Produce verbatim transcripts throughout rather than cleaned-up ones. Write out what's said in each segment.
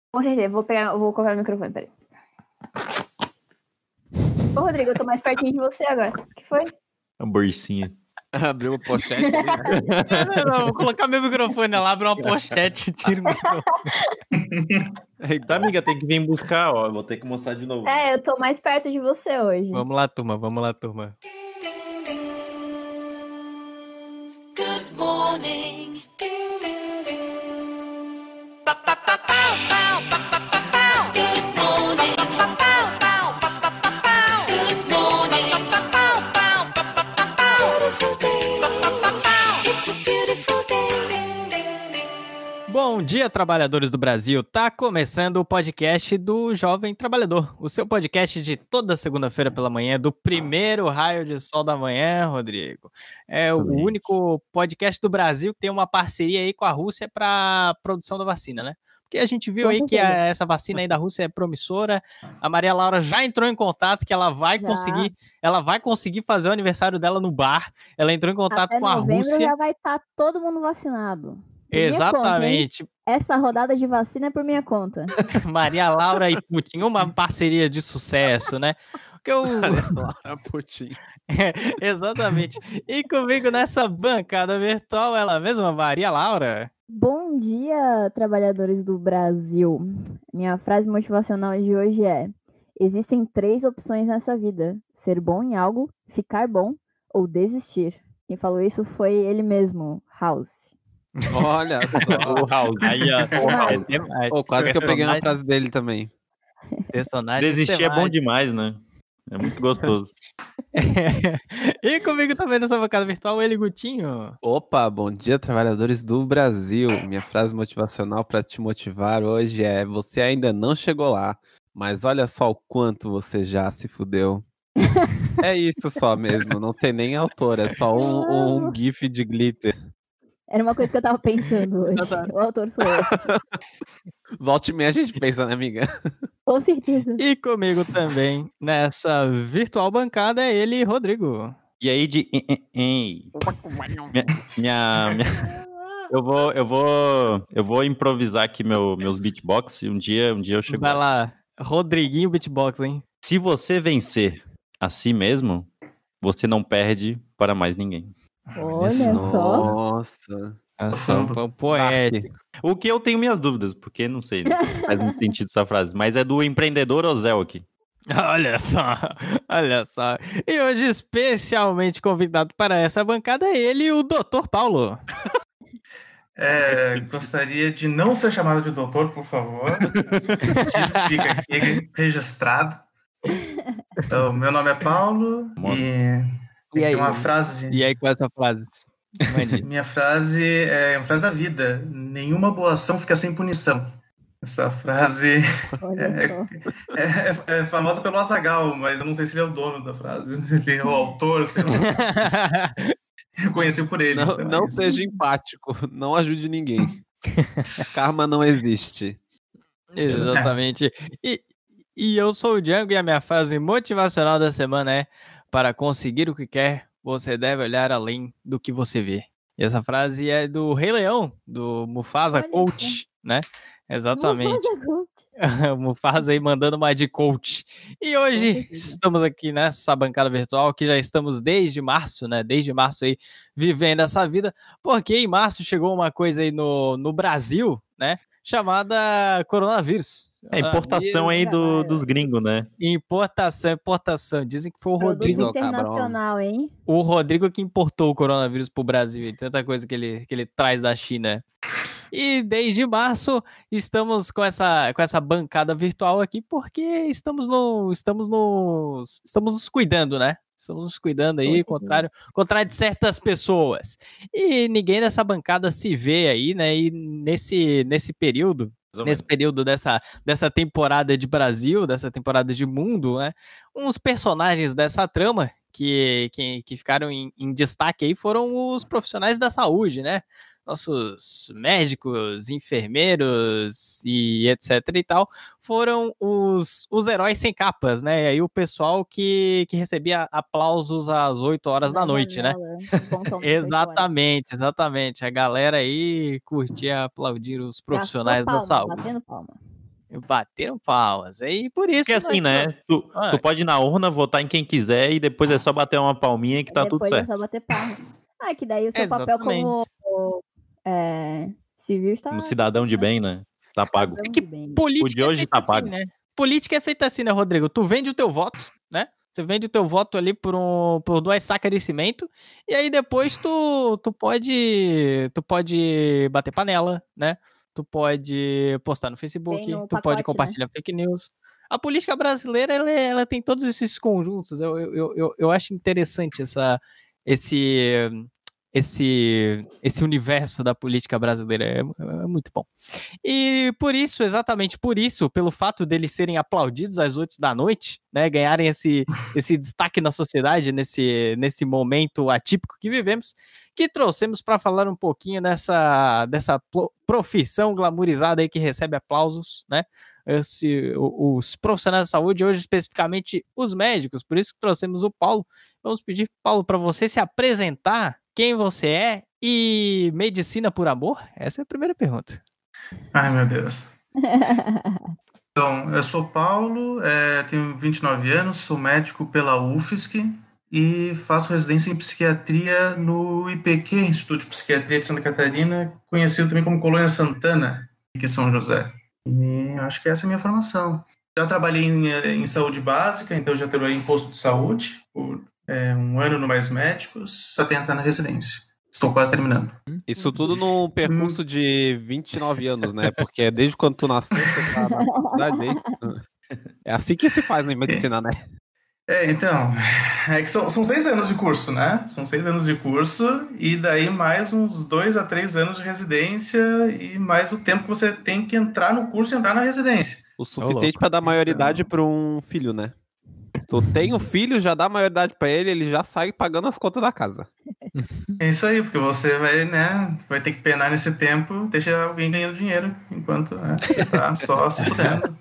Com certeza, vou pegar, vou colocar no microfone, peraí. Ô, Rodrigo, eu tô mais pertinho de você agora. O que foi? Uma bolsinha. Abriu uma pochete ali. Não, não, vou colocar meu microfone lá, abrir uma pochete e tiro o microfone. Tá, amiga, tem que vir buscar, ó. Vou ter que mostrar de novo. É, eu tô mais perto de você hoje. Vamos lá, turma, vamos lá, turma. Good morning. Bom dia, trabalhadores do Brasil. Tá começando o podcast do Jovem Trabalhador, o seu podcast de toda segunda-feira pela manhã, do primeiro raio de sol da manhã, Rodrigo. É o único podcast do Brasil que tem uma parceria aí com a Rússia para produção da vacina, né? Porque a gente viu aí que a, essa vacina aí da Rússia é promissora. A Maria Laura já entrou em contato que ela vai já. conseguir, ela vai conseguir fazer o aniversário dela no bar. Ela entrou em contato Até com a Rússia. Já vai estar todo mundo vacinado. Por Exatamente. Conta, essa rodada de vacina é por minha conta. Maria Laura e Putin, uma parceria de sucesso, né? Porque eu... Maria Laura Putin. É, exatamente. E comigo nessa bancada virtual, ela mesma, Maria Laura. Bom dia, trabalhadores do Brasil. Minha frase motivacional de hoje é: existem três opções nessa vida: ser bom em algo, ficar bom ou desistir. Quem falou isso foi ele mesmo, House. Olha só. O House. Aí, ó. O House. Oh, quase que eu peguei uma frase dele também. Personagem Desistir é bom demais, né? É muito gostoso. E comigo também nessa bancada virtual, ele, Gutinho. Opa, bom dia, trabalhadores do Brasil. Minha frase motivacional para te motivar hoje é: você ainda não chegou lá, mas olha só o quanto você já se fudeu. É isso só mesmo, não tem nem autor, é só um, um gif de glitter. Era uma coisa que eu tava pensando hoje. O autor sou eu. Volte e meia a gente pensa, né, amiga? Com certeza. E comigo também, nessa virtual bancada, é ele, Rodrigo. E aí de... minha, minha, minha... Eu vou, eu vou, eu vou improvisar aqui meu, meus beatbox e um dia, um dia eu chego Vai lá. lá, Rodriguinho Beatbox, hein? Se você vencer a si mesmo, você não perde para mais ninguém. Olha Isso. só. Nossa. Ação poético. O que eu tenho minhas dúvidas, porque não sei, não faz muito sentido essa frase, mas é do empreendedor Ozelk. Olha só, olha só. E hoje, especialmente convidado para essa bancada, é ele, o doutor Paulo. É, gostaria de não ser chamado de doutor, por favor. Fica aqui registrado. Então, meu nome é Paulo e... E aí, uma frase... e aí com essa frase? Minha frase é uma frase da vida: nenhuma boa ação fica sem punição. Essa frase é, é, é, é famosa pelo Azaghal, mas eu não sei se ele é o dono da frase, ele é o autor, sei lá. Eu conheci por ele. Não, então não é seja empático, não ajude ninguém. Karma não existe. Exatamente. E, e eu sou o Django e a minha frase motivacional da semana é: para conseguir o que quer, você deve olhar além do que você vê. E essa frase é do Rei Leão, do Mufasa Olha Coach, isso. né? Exatamente. Mufasa Coach. O Mufasa aí mandando uma de coach. E hoje estamos aqui nessa bancada virtual, que já estamos desde março, né? Desde março aí, vivendo essa vida, porque em março chegou uma coisa aí no, no Brasil, né? Chamada coronavírus. É importação aí do, dos gringos, né? Importação, importação. Dizem que foi o Produto Rodrigo. internacional, hein? O Rodrigo que importou o coronavírus pro Brasil. E tanta coisa que ele, que ele traz da China. E desde março estamos com essa, com essa bancada virtual aqui porque estamos no, estamos no, estamos nos cuidando, né? Estamos nos cuidando aí, contrário, contrário de certas pessoas. E ninguém dessa bancada se vê aí, né? E nesse, nesse período, nesse período dessa, dessa temporada de Brasil, dessa temporada de mundo, né? Uns personagens dessa trama que, que, que ficaram em, em destaque aí foram os profissionais da saúde, né? Nossos médicos, enfermeiros e etc e tal, foram os, os heróis sem capas, né? E aí o pessoal que, que recebia aplausos às oito horas da noite, né? Exatamente, exatamente. A galera aí curtia aplaudir os profissionais da saúde. Batendo palma. Bateram palmas. E por isso. Porque assim, nós- né? Tu, Ah. tu pode ir na urna, votar em quem quiser e depois é só bater uma palminha que tá tudo Depois é certo. só bater palma. Ah, que daí o seu papel Exatamente. como é, civil está... Um cidadão de bem, né? Tá pago. cidadão É que de bem. Política O de hoje é feita tá assim, pago. né? Política é feita assim, né, Rodrigo? Tu vende o teu voto, né? Você vende o teu voto ali por, um, por duas sacas de cimento e aí depois tu, tu pode tu pode bater panela, né? Tu pode postar no Facebook, Vem no tu pacote, pode né? compartilhar fake news. A política brasileira, ela, é- ela tem todos esses conjuntos. Eu, eu, eu, eu acho interessante essa, esse, esse, esse universo da política brasileira. É, é muito bom. E por isso, exatamente por isso, pelo fato deles serem aplaudidos às oito da noite, né, ganharem esse, esse destaque na sociedade, nesse, nesse momento atípico que vivemos, que trouxemos para falar um pouquinho dessa, dessa plo- profissão glamourizada aí que recebe aplausos, né? Esse, o- os profissionais da saúde, hoje especificamente os médicos, por isso que trouxemos o Paulo. Vamos pedir, Paulo, para você se apresentar, quem você é e medicina por amor? Essa é a primeira pergunta. Ai, meu Deus. Então, eu sou Paulo, é, tenho vinte e nove anos, sou médico pela U F S C e faço residência em psiquiatria no I P Q, Instituto de Psiquiatria de Santa Catarina, conhecido também como Colônia Santana, aqui em São José. E eu acho que essa é a minha formação. Já trabalhei em, em saúde básica, então já trabalhei em posto de saúde por é, um ano no Mais Médicos, só tenho que entrar na residência. Estou quase terminando. Isso tudo num percurso de vinte e nove anos, né? Porque desde quando tu nasceu, você tá na faculdade, é isso? É assim que se faz na medicina, né? É, então, é que são, são seis anos de curso, né? São seis anos de curso e daí mais uns dois a três anos de residência e mais o tempo que você tem que entrar no curso e entrar na residência. O suficiente pra dar maioridade pra um filho, né? Se tu tem um filho, já dá maioridade pra ele, ele já sai pagando as contas da casa. É isso aí, porque você vai, né, vai ter que penar nesse tempo, deixa alguém ganhando dinheiro, enquanto né, você tá só se fudendo.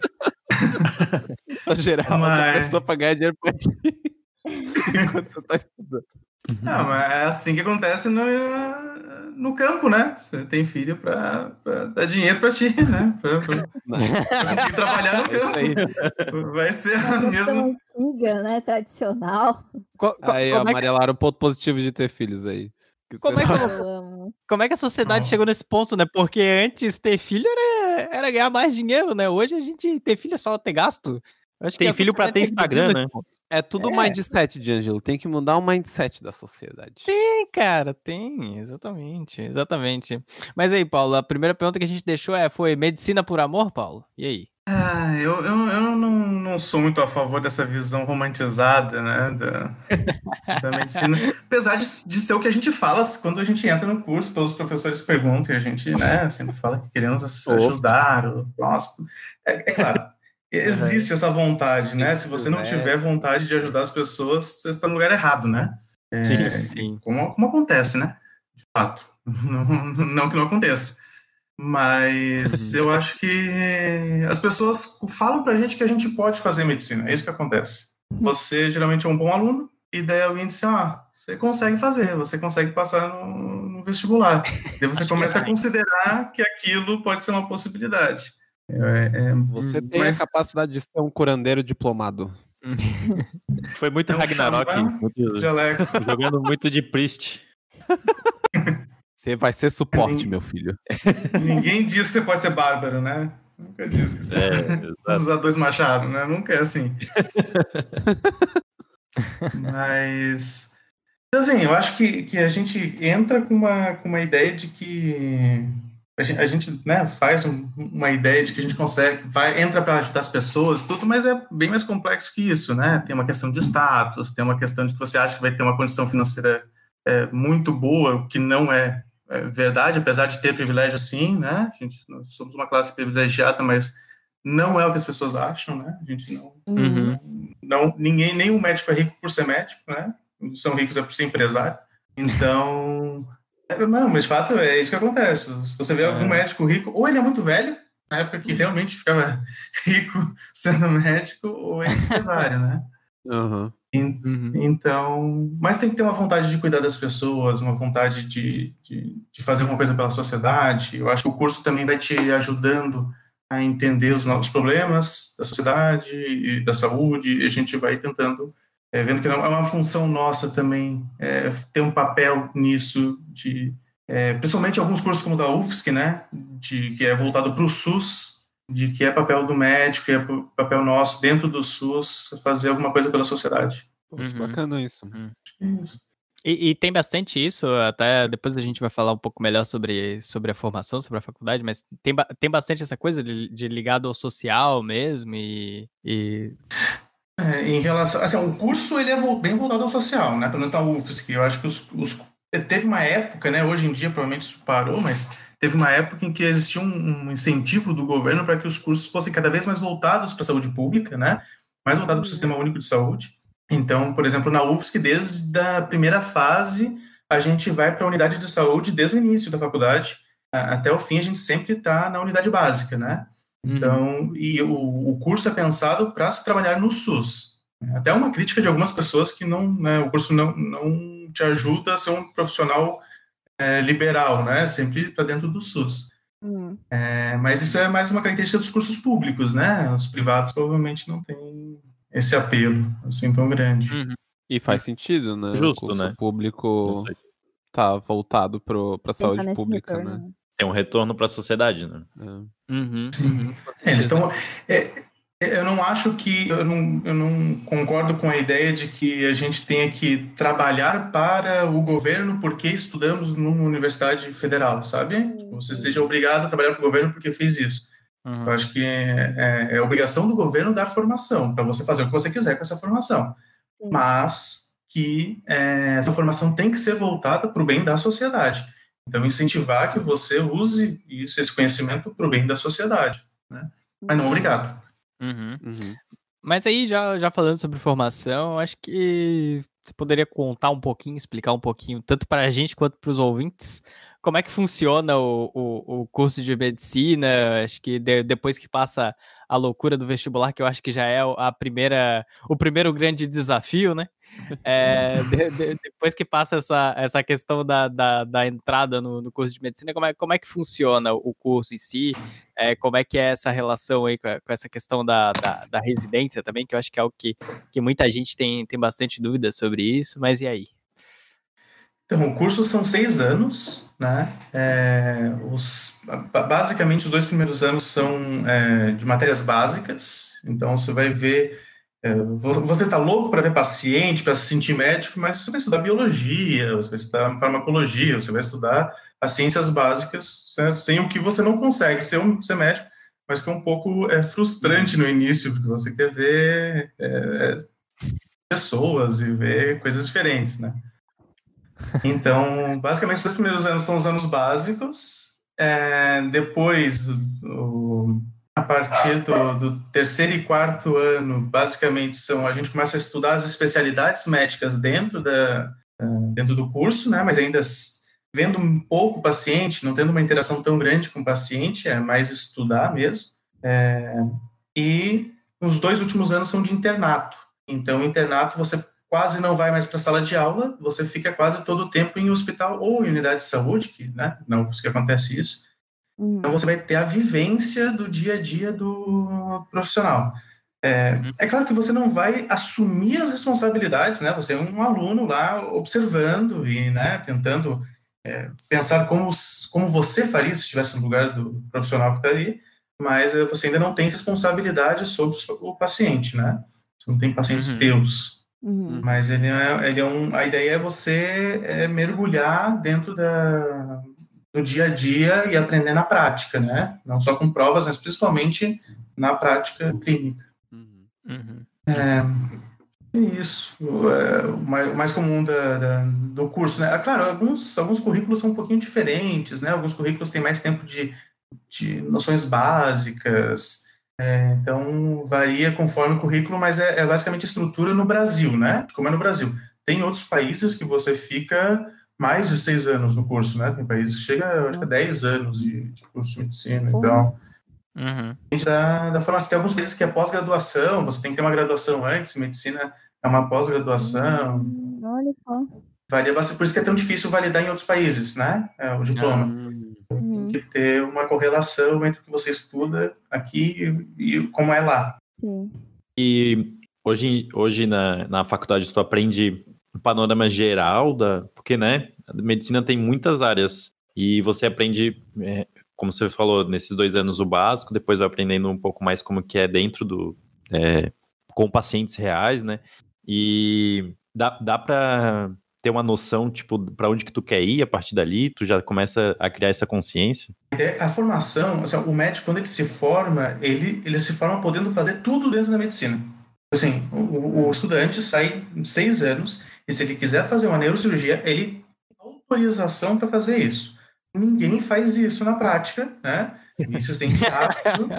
Pra gerar outra Mas- pessoa pra ganhar dinheiro pra ti. Enquanto você tá estudando. Não, mas é assim que acontece no, no campo, né? Você tem filho pra, pra dar dinheiro pra ti, né? Pra, pra, pra conseguir trabalhar no É isso aí. campo. Vai ser a Uma mesma... profissão antiga, né? Tradicional. Co- co- Aí, ó, como, é que, Maria Lara, um ponto positivo de ter filhos aí. Que como é que você- eu- Eu amo. como é que a sociedade Não. chegou nesse ponto, né? Porque antes ter filho era, era ganhar mais dinheiro, né? Hoje a gente ter filho é só ter gasto. Eu acho que Tem a filho pra sociedade ter evoluiu Instagram, nesse né? ponto. É tudo É. mindset, D'Angelo. Tem que mudar o mindset da sociedade. Tem, cara, tem, exatamente, exatamente. Mas aí, Paulo, a primeira pergunta que a gente deixou é, foi medicina por amor, Paulo? E aí? Ah, eu, eu, eu não, não sou muito a favor dessa visão romantizada, né, da, da medicina. Apesar de, de ser o que a gente fala quando a gente entra no curso, todos os professores perguntam e a gente, né, sempre fala que queremos ajudar o próximo. É, é claro, existe essa vontade, né? Se você não É. tiver vontade de ajudar as pessoas, você está no lugar errado, né? É, Sim, sim. Como, como acontece, né? De fato. Não, não que não aconteça. Mas eu acho que as pessoas falam pra gente que a gente pode fazer medicina. É isso que acontece. Você geralmente é um bom aluno e daí alguém diz assim, ah, você consegue fazer, você consegue passar no, no vestibular. E daí você começa a considerar que aquilo pode ser uma possibilidade. É, é, Você tem mas- a capacidade de ser um curandeiro diplomado. Foi muito É um Ragnarok, xamã muito- jaleco. jogando muito de Priest. Você vai ser suporte, Sim. meu filho. Ninguém diz que você pode ser bárbaro, né? Nunca diz que você É, exato. usar dois machados, né? Nunca é assim. Mas, assim, eu acho que, que a gente entra com uma, com uma ideia de que a gente, a gente, né, faz um- uma ideia de que a gente consegue, vai, entra para ajudar as pessoas, tudo, mas é bem mais complexo que isso, né? Tem uma questão de status, tem uma questão de que você acha que vai ter uma condição financeira é, muito boa, o que não é, é verdade, apesar de ter privilégio, sim, né? A gente, nós somos uma classe privilegiada, mas não é o que as pessoas acham, né? A gente não, Uhum. não, ninguém, nem o médico é rico por ser médico, né? São ricos é por ser empresário. Então, é, não, mas de fato é isso que acontece. Se você vê algum médico rico, ou ele é muito velho, na época que realmente ficava rico sendo médico, ou ele é empresário, né? Aham. En- Uhum. Então, mas tem que ter uma vontade de cuidar das pessoas, uma vontade de, de, de fazer alguma coisa pela sociedade. Eu acho que o curso também vai te ajudando a entender os novos problemas da sociedade e da saúde, e a gente vai tentando, é, vendo que não é uma função nossa também, é, ter um papel nisso, de, é, principalmente alguns cursos como o da U F S C, né, de, que é voltado para o SUS, de que é papel do médico, que é papel nosso dentro do SUS, fazer alguma coisa pela sociedade. Pô, que Uhum. bacana isso. Uhum. É isso. E, e tem bastante isso, até depois a gente vai falar um pouco melhor sobre, sobre a formação, sobre a faculdade, mas tem, ba- tem bastante essa coisa de, de ligado ao social mesmo e... e... É, em relação, assim, o curso ele é vo- bem voltado ao social, né? Pelo menos na U F S C. Eu acho que os, os- teve uma época, né? Hoje em dia provavelmente isso parou, mas teve uma época em que existia um, um incentivo do governo para que os cursos fossem cada vez mais voltados para a saúde pública, né? Mais voltados para o Sistema Único de Saúde. Então, por exemplo, na U F S C, desde a primeira fase, a gente vai para a unidade de saúde desde o início da faculdade a- até o fim. A gente sempre está na unidade básica, né? Então, e o, o curso é pensado para se trabalhar no SUS. Até uma crítica de algumas pessoas que não, né, o curso não, não te ajuda a ser um profissional é, liberal, né? Sempre para dentro do SUS. Hum. É, mas isso é mais uma característica dos cursos públicos, né? Os privados provavelmente não têm esse apelo assim tão grande. Uhum. E faz sentido, né? Justo, o curso né? público Isso aí. tá voltado pro, pra Pensar saúde nesse pública, retorno, né? né? Tem um retorno para a sociedade, né? É. Uhum, Sim. uhum, com É, eles certeza. estão. É, eu não acho que. Eu não, eu não concordo com a ideia de que a gente tenha que trabalhar para o governo porque estudamos numa universidade federal, sabe? Que você seja obrigado a trabalhar para o governo porque fez isso. Uhum. Eu acho que é, é, é obrigação do governo dar formação, para você fazer o que você quiser com essa formação. Sim. Mas que é, essa formação tem que ser voltada para o bem da sociedade. Então, incentivar que você use isso, esse conhecimento para o bem da sociedade, né? Mas não obrigado. Uhum. Uhum. Mas aí, já, já falando sobre formação, eu acho que você poderia contar um pouquinho, explicar um pouquinho, tanto para a gente quanto para os ouvintes, como é que funciona o, o, o curso de medicina. Acho que de- depois que passa a loucura do vestibular, que eu acho que já é a primeira, o primeiro grande desafio, né? É, de- de- depois que passa essa, essa questão da, da, da entrada no, no curso de medicina, como é, como é que funciona o curso em si? É, como é que é essa relação aí com, a- com essa questão da, da, da residência também, que eu acho que é algo que, que muita gente tem, tem bastante dúvidas sobre isso, mas e aí? Então, o curso são seis anos, né? É, os, ba- basicamente, os dois primeiros anos são é, de matérias básicas. Então, você vai ver. é, vo- você está louco para ver paciente, para se sentir médico, mas você vai estudar biologia, você vai estudar farmacologia, você vai estudar as ciências básicas, né, sem o que você não consegue ser, um, ser médico, mas que é um pouco é, frustrante no início, porque você quer ver é, pessoas e ver coisas diferentes, né? Então, basicamente, os dois primeiros anos são os anos básicos. É, depois, o- a partir do, do terceiro e quarto ano, basicamente, são, a gente começa a estudar as especialidades médicas dentro, da, dentro do curso, né? Mas ainda s- vendo um pouco o paciente, não tendo uma interação tão grande com o paciente, é mais estudar mesmo. É, e os dois últimos anos são de internato. Então, internato, você quase não vai mais para a sala de aula, você fica quase todo o tempo em hospital ou em unidade de saúde, que, né, não que acontece isso. Hum. Então, você vai ter a vivência do dia a dia do profissional. É, é claro que você não vai assumir as responsabilidades, né? Você é um aluno lá observando e, né, tentando é, pensar como, como você faria se estivesse no lugar do profissional que está ali, mas é, você ainda não tem responsabilidade sobre o paciente, né? Você não tem pacientes Uhum. teus. Uhum. Mas ele é, ele é um, a ideia é você é, mergulhar dentro da, do dia a dia e aprender na prática, né? Não só com provas, mas principalmente na prática clínica. Uhum. Uhum. É isso. É, o mais, o mais comum da, da- do curso, né? Ah, claro, alguns, alguns currículos são um pouquinho diferentes, né? Alguns currículos têm mais tempo de, de noções básicas. É, então, varia conforme o currículo, mas é, é basicamente estrutura no Brasil, né? Como é no Brasil. Tem outros países que você fica mais de seis anos no curso, né? Tem países que chega, acho que a dez anos de, de curso de medicina. Então, Uhum. da, da formação, tem alguns países que é pós-graduação, você tem que ter uma graduação antes, medicina é uma pós-graduação. Hum, olha só. Varia bastante, por isso que é tão difícil validar em outros países, né? É, o diploma. Hum. Uhum. que ter uma correlação entre o que você estuda aqui e, e como é lá. Sim. E hoje, hoje na, na faculdade tu aprende um panorama geral da... Porque, né, a medicina tem muitas áreas e você aprende, é, como você falou, nesses dois anos o básico, depois vai aprendendo um pouco mais como que é dentro do... É, com pacientes reais, né? E dá, dá pra ter uma noção, tipo, pra onde que tu quer ir a partir dali? Tu já começa a criar essa consciência? A formação, assim, o médico, quando ele se forma, ele, ele se forma podendo fazer tudo dentro da medicina. Assim, o, o estudante sai seis anos e se ele quiser fazer uma neurocirurgia, ele tem autorização para fazer isso. Ninguém faz isso na prática, né? Isso se sente rápido,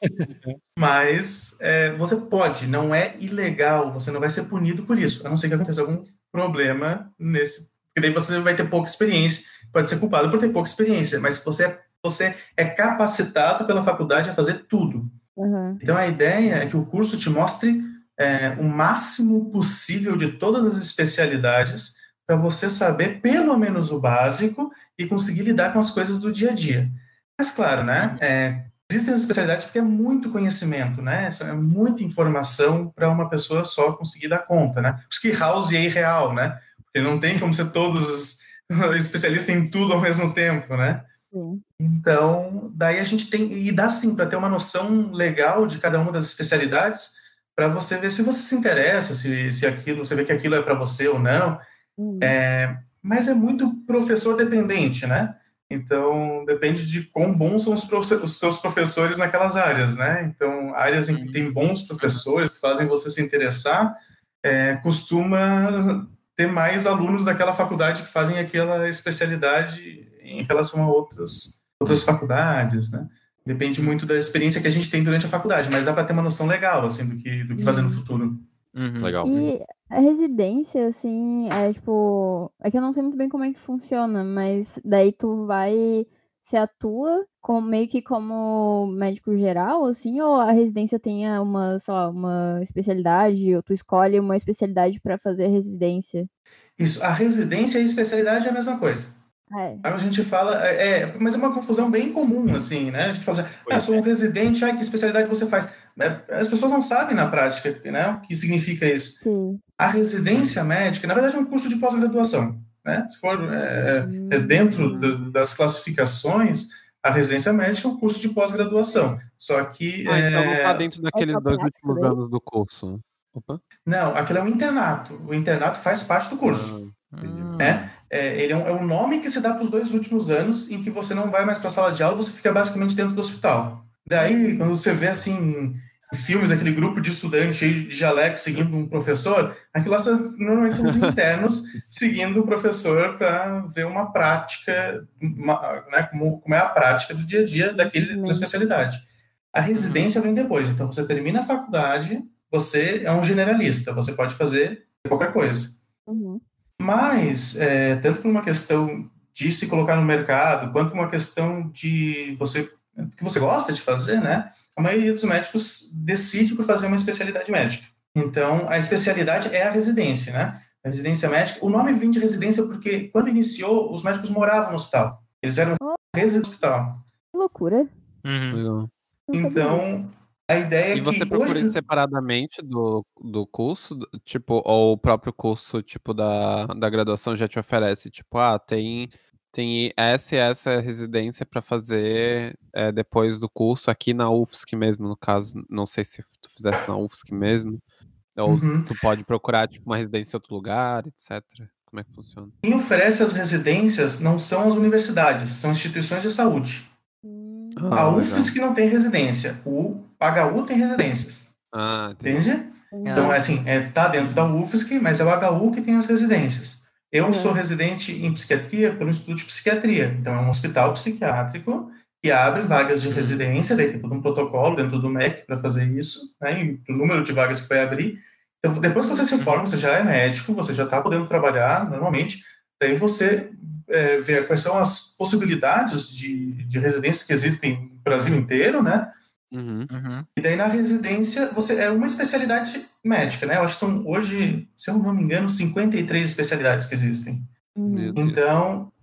mas é, você pode, não é ilegal, você não vai ser punido por isso, a não ser que aconteça algum problema nesse... Porque daí você vai ter pouca experiência, pode ser culpado por ter pouca experiência, mas você é, você é capacitado pela faculdade a fazer tudo. Uhum. Então a ideia é que o curso te mostre é, o máximo possível de todas as especialidades para você saber pelo menos o básico e conseguir lidar com as coisas do dia a dia. Mas claro, né? É, existem as especialidades porque é muito conhecimento, né? É muita informação para uma pessoa só conseguir dar conta, né? Por isso que House é irreal, né? Porque não tem como ser todos os especialistas em tudo ao mesmo tempo, né? Sim. Então, daí a gente tem... E dá sim para ter uma noção legal de cada uma das especialidades para você ver se você se interessa, se, se aquilo, você vê que aquilo é para você ou não. Uhum. É, mas é muito professor dependente, né? Então, depende de quão bons são os, profe- os seus professores naquelas áreas, né? Então, áreas em que tem bons professores que fazem você se interessar, é, costuma ter mais alunos daquela faculdade que fazem aquela especialidade em relação a outras, outras faculdades, né? Depende muito da experiência que a gente tem durante a faculdade, mas dá para ter uma noção legal, assim, do que, do que fazer no futuro. Uhum. Legal. E a residência, assim, é tipo... É que eu não sei muito bem como é que funciona, mas daí tu vai... Você atua como, meio que como médico geral, assim, ou a residência tenha uma, sei lá, uma especialidade, ou tu escolhe uma especialidade para fazer a residência? Isso, a residência e a especialidade é a mesma coisa. É. Aí a gente fala, é, é, mas é uma confusão bem comum, assim, né? A gente fala assim, ah, eu sou um residente, ah, que especialidade você faz? As pessoas não sabem na prática, né, o que significa isso. Sim. A residência médica, na verdade, é um curso de pós-graduação, né? Se for é, é dentro do, das classificações, a residência médica é um curso de pós-graduação. Só que... Ah, então não é... tá dentro daqueles só dois prática últimos daí? anos do curso. Opa. Não, aquilo é um internato. O internato faz parte do curso. Ah, entendi. Né? É, ele é um, é um nome que se dá para os dois últimos anos em que você não vai mais para a sala de aula, você fica basicamente dentro do hospital. Daí, quando você vê assim em filmes, aquele grupo de estudantes cheio de jaleco seguindo um professor, aquilo lá são, normalmente são os internos seguindo o professor para ver uma prática, uma, né, como, como é a prática do dia a dia daquele, da especialidade. A residência vem depois, então você termina a faculdade, você é um generalista, você pode fazer qualquer coisa. Uhum. Mas, é, tanto por uma questão de se colocar no mercado, quanto uma questão de você, que você gosta de fazer, né? A maioria dos médicos decide por fazer uma especialidade médica. Então, a especialidade é a residência, né? A residência médica, o nome vem de residência porque, quando iniciou, os médicos moravam no hospital. Eles eram residentes do hospital. Que loucura. Uhum. Legal. Não sabia disso. Então, a ideia é E que... você procura hoje... isso separadamente do, do curso? do- Tipo, ou o próprio curso, tipo, da, da graduação já te oferece? Tipo, ah, tem, tem essa e essa residência para fazer é, depois do curso aqui na U F S C mesmo, no caso. Não sei se tu fizesse na U F S C mesmo. Ou Uhum. tu pode procurar, tipo, uma residência em outro lugar, etcétera. Como é que funciona? Quem oferece as residências não são as universidades, são instituições de saúde. Hum. Ah, A legal. U F S C não tem residência, o H U tem residências, Ah, entendi. entende? Então, é assim, é, tá dentro da U F S C, mas é o H U que tem as residências. Eu Uhum. sou residente em psiquiatria pelo Instituto de Psiquiatria, então é um hospital psiquiátrico que abre vagas de residência, daí tem todo um protocolo dentro do M E C para fazer isso, né, e o número de vagas que vai abrir. Então, depois que você se forma, você já é médico, você já está podendo trabalhar normalmente, daí você é, vê quais são as possibilidades de, de residências que existem no Brasil inteiro, né? Uhum. Uhum. E daí na residência você é uma especialidade médica, né? Eu acho que são hoje, se eu não me engano, cinquenta e três especialidades que existem. Uhum. Meu Deus. Então,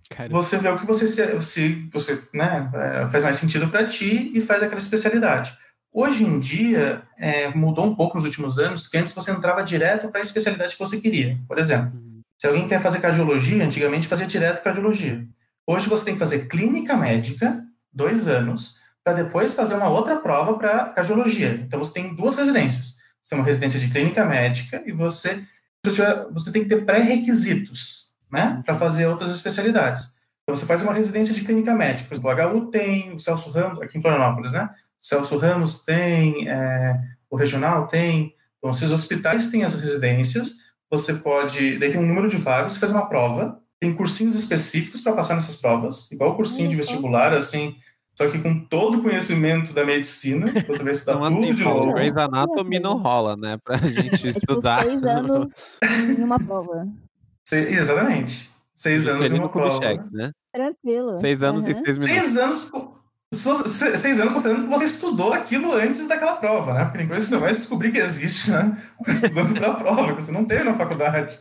Cara. você vê o que você, se, se você, né, faz mais sentido para ti e faz aquela especialidade. Hoje em dia, é, mudou um pouco nos últimos anos, que antes você entrava direto para a especialidade que você queria. Por exemplo, Uhum. se alguém quer fazer cardiologia, antigamente fazia direto cardiologia. Hoje você tem que fazer clínica médica, dois anos, para depois fazer uma outra prova para cardiologia. Então você tem duas residências. Você tem uma residência de clínica médica e você, você tem que ter pré-requisitos, né, para fazer outras especialidades. Então você faz uma residência de clínica médica. Por exemplo, o H U tem, o Celso Ramos, aqui em Florianópolis, né? O Celso Ramos tem, é, o Regional tem. Então, esses hospitais têm as residências. Você pode, daí tem um número de vagas, você faz uma prova, tem cursinhos específicos para passar nessas provas, igual o cursinho de vestibular, assim, só que com todo o conhecimento da medicina, você vai estudar Então, tudo assim, de Paulo, novo. Grey's Anatomy não rola, né? Pra gente É tipo estudar. seis anos em uma prova. Se- exatamente. Seis anos em Juscelino uma prova. Kubitschek, né? Tranquilo. Seis anos Uhum. e seis minutos. Seis anos, suas- se- seis anos considerando que você estudou aquilo antes daquela prova, né? Porque tem coisa que você vai descobrir que existe, né? Estudando para a prova, que você não teve na faculdade.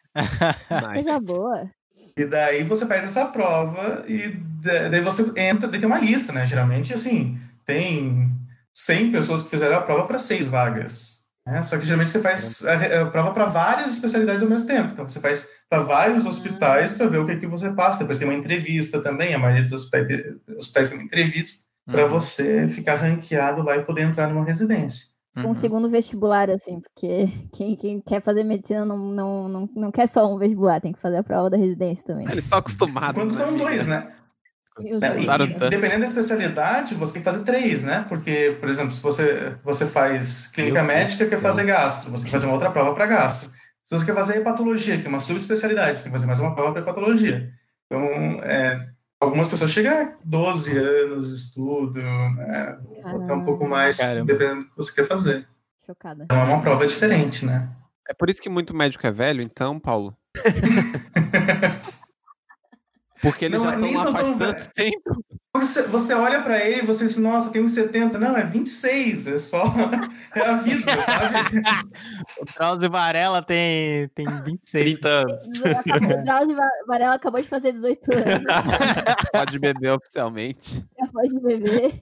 Coisa Nice. boa. E daí você faz essa prova e da- daí você entra, daí tem uma lista, né? Geralmente, assim, tem cem pessoas que fizeram a prova para seis vagas, né? Só que geralmente você faz a, a prova para várias especialidades ao mesmo tempo. Então você faz para vários hospitais para ver o que, que você passa. Depois tem uma entrevista também, a maioria dos hospitais, hospitais tem uma entrevista para Uhum. você ficar ranqueado lá e poder entrar numa residência. Um Uhum. segundo vestibular, assim, porque quem, quem quer fazer medicina não, não, não, não quer só um vestibular, tem que fazer a prova da residência também. Eles estão acostumados. Quando né, são filha? dois, né? E os Né, dois. E, Claro, e tá. dependendo da especialidade, você tem que fazer três, né? Porque, por exemplo, se você, você faz clínica Meu Deus médica, do quer céu. fazer gastro, você tem que fazer uma outra prova para gastro. Se você quer fazer hepatologia, que é uma subespecialidade, você tem que fazer mais uma prova para hepatologia. Então, é, algumas pessoas chegam a doze anos de estudo, né? Ou até um pouco mais, Caramba. dependendo do que você quer fazer. Chocada. Então, é uma prova diferente, né? É por isso que muito médico é velho, então, Paulo? Porque eles Não, já estão nem lá são faz tão tanto velhos. tempo. Você, você olha para ele e você diz, nossa, tem uns setenta. Não, é vinte e seis, é só... É a vida, sabe? O Drauzio Varela tem, tem vinte e seis. trinta anos. O Drauzio Varela acabou de fazer dezoito anos. Pode beber oficialmente. Já pode beber.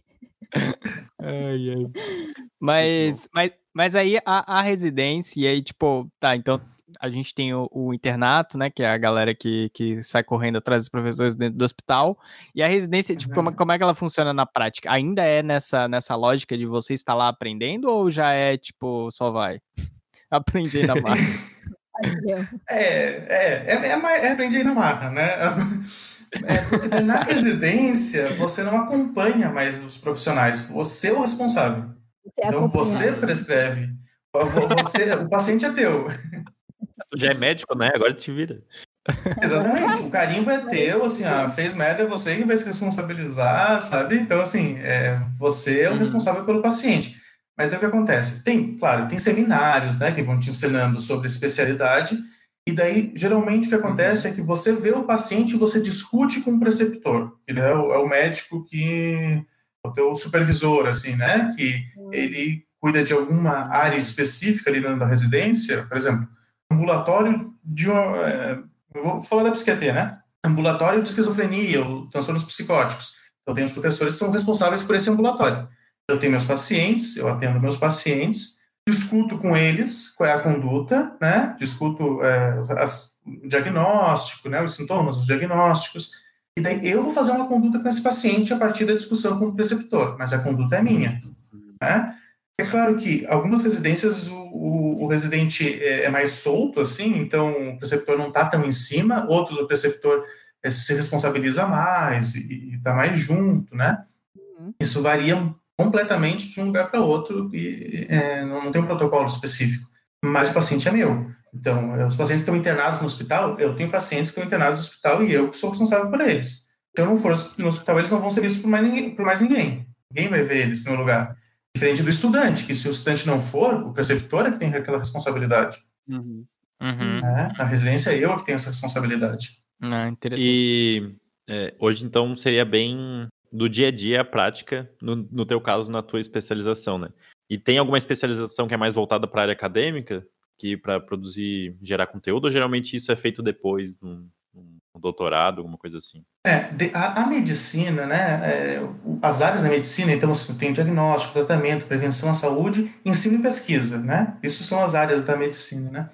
Ai, ai. Mas, mas, mas aí a, a residência, e aí, tipo, tá, então a gente tem o, o internato, né, que é a galera que, que sai correndo atrás dos professores dentro do hospital, e a residência, tipo, como, como é que ela funciona na prática? Ainda é nessa, nessa lógica de você estar lá aprendendo, ou já é, tipo, só vai? Aprendi aí na marca. Adeus. É, é, é, é, mais- é aprendi aí na marra, né? É, porque daí na residência você não acompanha mais os profissionais, você é o responsável. Você é Então acompanhado. você prescreve. Você, o paciente é teu. Tu já é médico, né? Agora te vira. Exatamente. O carimbo é teu, assim, ah, fez merda, é você que vai se responsabilizar, sabe? Então, assim, é, você é o Uhum. responsável pelo paciente. Mas daí o que acontece? Tem, claro, tem seminários, né, que vão te ensinando sobre especialidade, e daí, geralmente, o que acontece é que você vê o paciente e você discute com o preceptor, que é o, é o médico que... o teu supervisor, assim, né, que ele cuida de alguma área específica ali dentro da residência, por exemplo, ambulatório de uma... É, eu vou falar da psiquiatria, né? Ambulatório de esquizofrenia ou transtornos psicóticos. Então, tem os professores que são responsáveis por esse ambulatório. Eu tenho meus pacientes, eu atendo meus pacientes, discuto com eles qual é a conduta, né? Discuto é, as, o diagnóstico, né? Os sintomas, os diagnósticos. E daí eu vou fazer uma conduta com esse paciente a partir da discussão com o preceptor, mas a conduta é minha, né? É claro que algumas residências o, o, o residente é, é mais solto, assim, então o preceptor não está tão em cima, outros o preceptor é, se responsabiliza mais e está mais junto, né? Uhum. Isso varia completamente de um lugar para outro e é, não tem um protocolo específico, mas o paciente é meu. Então, os pacientes estão internados no hospital, eu tenho pacientes que estão internados no hospital e eu que sou responsável por eles. Se eu não for no hospital, eles não vão ser vistos por mais ninguém. Por mais ninguém. Ninguém vai ver eles no meu lugar. Diferente do estudante, que se o estudante não for, o preceptor é que tem aquela responsabilidade. Uhum. Uhum. Né? Na residência, eu é que tenho essa responsabilidade. Ah, interessante. E é, hoje, então, seria bem do dia a dia a prática, no, no teu caso, na tua especialização, né? E tem alguma especialização que é mais voltada para a área acadêmica, que para produzir, gerar conteúdo, ou geralmente isso é feito depois, num, num um doutorado, alguma coisa assim. É, de, a, a medicina, né, é, as áreas da medicina, então você tem diagnóstico, tratamento, prevenção à saúde, ensino e pesquisa, né? Isso são as áreas da medicina, né?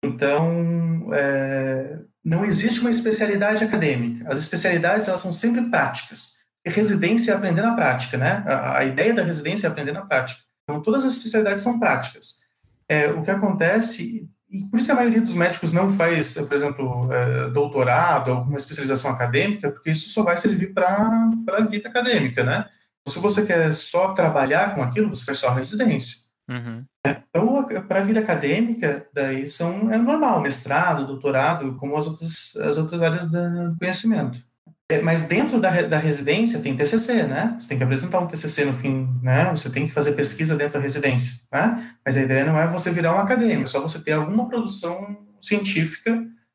Então, é, não existe uma especialidade acadêmica. As especialidades, elas são sempre práticas. E residência é aprender na prática, né? A, a ideia da residência é aprender na prática. Então, todas as especialidades são práticas. É, o que acontece, e por isso que a maioria dos médicos não faz, por exemplo, é, doutorado, alguma especialização acadêmica, porque isso só vai servir para a vida acadêmica, né? Se você quer só trabalhar com aquilo, você faz só a residência. Uhum. Então, para a vida acadêmica, daí são, é normal, mestrado, doutorado, como as outras, as outras áreas do conhecimento. É, mas dentro da, da residência tem T C C, né? Você tem que apresentar um T C C no fim, né? Você tem que fazer pesquisa dentro da residência, né? Mas a ideia não é você virar um acadêmico, é só você ter alguma produção científica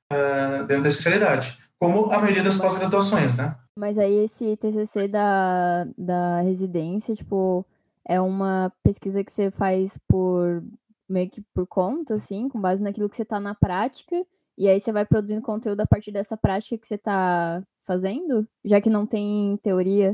uh, dentro da especialidade, como a maioria das pós-graduações, né? Mas aí esse T C C da, da residência, tipo, é uma pesquisa que você faz por meio que por conta, assim, com base naquilo que você tá na prática, e aí você vai produzindo conteúdo a partir dessa prática que você tá fazendo, já que não tem teoria?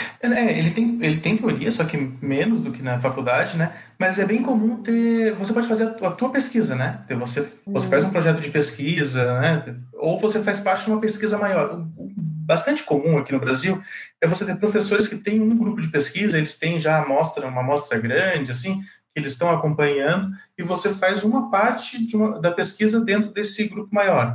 É, ele tem, ele tem teoria, só que menos do que na faculdade, né? Mas é bem comum ter... Você pode fazer a tua, a tua pesquisa, né? Você, você faz um projeto de pesquisa, né? Ou você faz parte de uma pesquisa maior. Bastante comum aqui no Brasil é você ter professores que têm um grupo de pesquisa, eles têm já amostra, uma amostra grande, assim, que eles estão acompanhando, e você faz uma parte de uma, da pesquisa dentro desse grupo maior.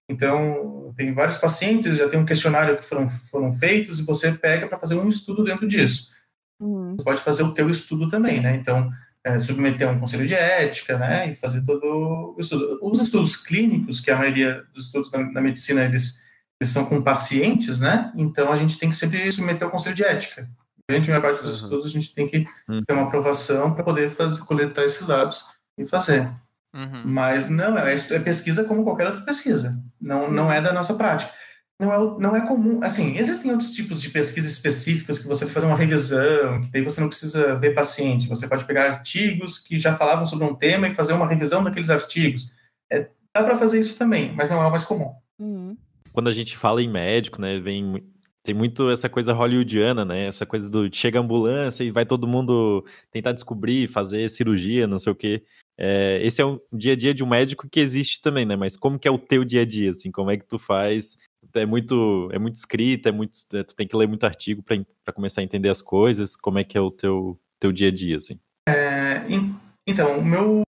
Então, tem vários pacientes, já tem um questionário que foram, foram feitos, e você pega para fazer um estudo dentro disso. Uhum. Você pode fazer o teu estudo também, né? Então, é, submeter a um conselho de ética, né? E fazer todo o estudo. Os estudos clínicos, que a maioria dos estudos na, na medicina, eles, eles são com pacientes, né? Então, a gente tem que sempre submeter ao conselho de ética. Durante a maior parte dos uhum. estudos, a gente tem que uhum. ter uma aprovação para poder fazer, coletar esses dados e fazer. Uhum. Mas não, é, é pesquisa como qualquer outra pesquisa. Não, não é da nossa prática. Não é, não é comum. Assim, existem outros tipos de pesquisa específicas que você vai fazer uma revisão, que daí você não precisa ver paciente. Você pode pegar artigos que já falavam sobre um tema e fazer uma revisão daqueles artigos. É, dá para fazer isso também, mas não é o mais comum. Uhum. Quando a gente fala em médico, né, vem... Tem muito essa coisa hollywoodiana, né? Essa coisa do chega a ambulância e vai todo mundo tentar descobrir, fazer cirurgia, não sei o quê. É, esse é um dia a dia de um médico que existe também, né? Mas como que é o teu dia a dia, assim? Como é que tu faz? É muito, é muito escrita, é muito, tu tem que ler muito artigo para começar a entender as coisas. Como é que é o teu, teu dia a dia, assim? É, então, o meu...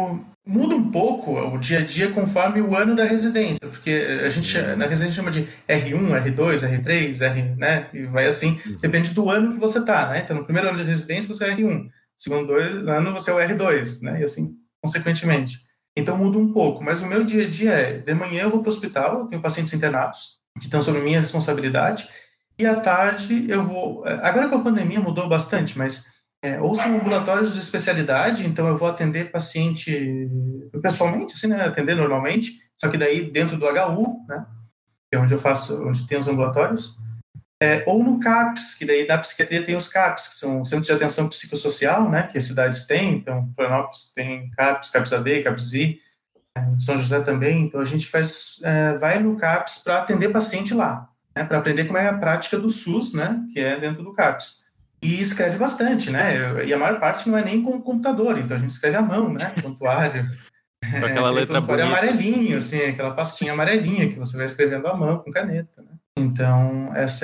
Muda um pouco o dia a dia conforme o ano da residência, porque a gente, na residência chama de R um, R dois, R três, R, né? E vai assim, depende do ano que você tá, né? Então, no primeiro ano de residência você é R um, no segundo ano você é o R dois, né? E assim, consequentemente. Então, muda um pouco, mas o meu dia a dia é, de manhã eu vou para o hospital, eu tenho pacientes internados, que estão sob minha responsabilidade, e à tarde eu vou... Agora com a pandemia mudou bastante, mas... É, ou são ambulatórios de especialidade, então eu vou atender paciente pessoalmente, assim, né, atender normalmente, só que daí dentro do H U, né, que é onde eu faço, onde tem os ambulatórios, é, ou no CAPS, que daí na psiquiatria tem os CAPS, que são Centros de Atenção Psicossocial, né, que as cidades têm, então Florianópolis tem CAPS, CAPS A D, CAPS I, é, São José também, então a gente faz, é, vai no CAPS para atender paciente lá, né, para aprender como é a prática do SUS, né, que é dentro do CAPS. E escreve bastante, né? E a maior parte não é nem com computador, então a gente escreve à mão, né? Prontuário. Com aquela é, letra bonita. Amarelinho, assim, aquela pastinha amarelinha que você vai escrevendo à mão com caneta, né? Então, essa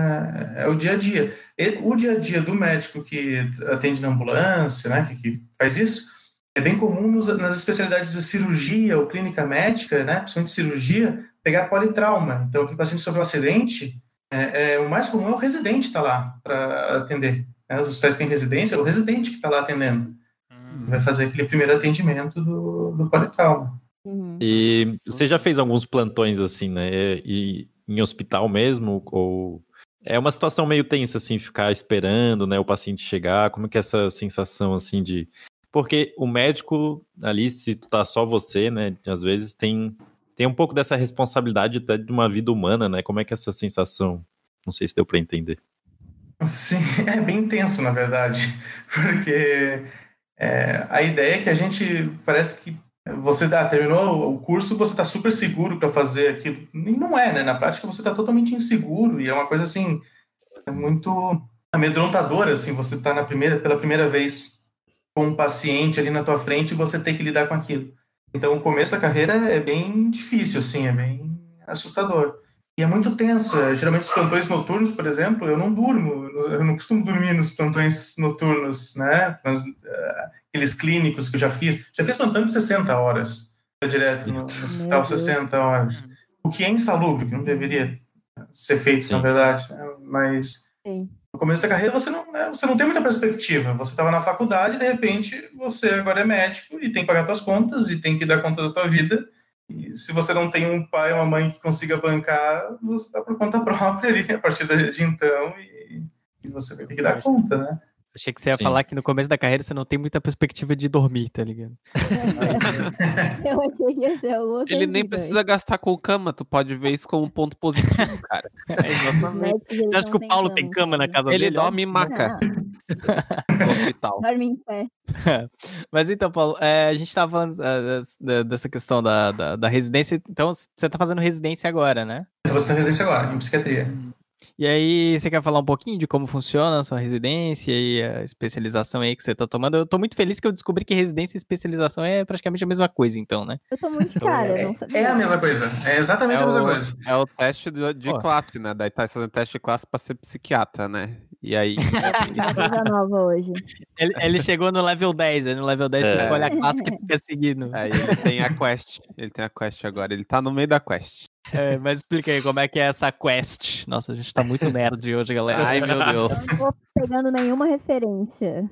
é, é o dia a dia. E, o dia a dia do médico que atende na ambulância, né? Que, que faz isso, é bem comum nos, nas especialidades de cirurgia ou clínica médica, né? Principalmente cirurgia, pegar politrauma. Então, que o paciente sofreu um acidente... É, é, o mais comum é o residente estar tá lá para atender. Né? Os hospitais têm residência, é o residente que está lá atendendo. Hum. Vai fazer aquele primeiro atendimento do, do politrauma. Uhum. E você já fez alguns plantões assim, né? E, em hospital mesmo? Ou é uma situação meio tensa, assim, ficar esperando, né, o paciente chegar? Como que é essa sensação, assim, de... Porque o médico ali, se tu tá só você, né, às vezes tem... Tem um pouco dessa responsabilidade até de uma vida humana, né? Como é que é essa sensação? Não sei se deu para entender. Sim, é bem intenso, na verdade. Porque é, a ideia é que a gente parece que você ah, terminou o curso, você está super seguro para fazer aquilo. E não é, né? Na prática você está totalmente inseguro e é uma coisa assim, é muito amedrontadora, assim, você está na primeira, pela primeira vez com um paciente ali na tua frente e você tem que lidar com aquilo. Então o começo da carreira é bem difícil, assim, é bem assustador. E é muito tenso. É, geralmente os plantões noturnos, por exemplo, eu não durmo, eu não costumo dormir nos plantões noturnos, né? Mas, uh, aqueles clínicos que eu já fiz. Já fiz plantão de sessenta horas, direto no, no hospital, sessenta horas. O que é insalubre, que não deveria ser feito, Sim. na verdade. Né? Mas Sim. no começo da carreira você não, né, você não tem muita perspectiva. Você estava na faculdade e, de repente, você agora é médico e tem que pagar suas contas e tem que dar conta da tua vida. E se você não tem um pai ou uma mãe que consiga bancar, você está por conta própria ali, a partir de então, e, e você vai ter que dar conta, né? Achei que você ia Sim. falar que no começo da carreira você não tem muita perspectiva de dormir, tá ligado? Eu achei que ia ser o outro. Ele nem precisa gastar com cama, tu pode ver isso como um ponto positivo, cara. É, exatamente. Você acha que o Paulo tem cama na casa ele dele? Ele dorme em maca. No hospital. Dorme em pé. Mas então, Paulo, é, a gente tava falando é, dessa questão da, da, da residência. Então, você tá fazendo residência agora, né? Eu vou fazer residência agora, em psiquiatria. E aí, você quer falar um pouquinho de como funciona a sua residência e a especialização aí que você tá tomando? Eu tô muito feliz que eu descobri que residência e especialização é praticamente a mesma coisa, então, né? Eu tô muito cara, é, não sabia. É a mesma coisa, é exatamente é a mesma o, coisa. É o teste de, de classe, né? Daí tá fazendo teste de classe pra ser psiquiatra, né? E aí... É uma coisa nova hoje. Ele, ele chegou no level dez, aí no level dez é. tu escolhe a classe que tu quer seguir. No... Aí ele tem a quest, ele tem a quest agora, ele tá no meio da quest. É, mas explica aí, como é que é essa quest? Nossa, a gente tá muito nerd hoje, galera. Ai, meu Deus. Eu não tô pegando nenhuma referência.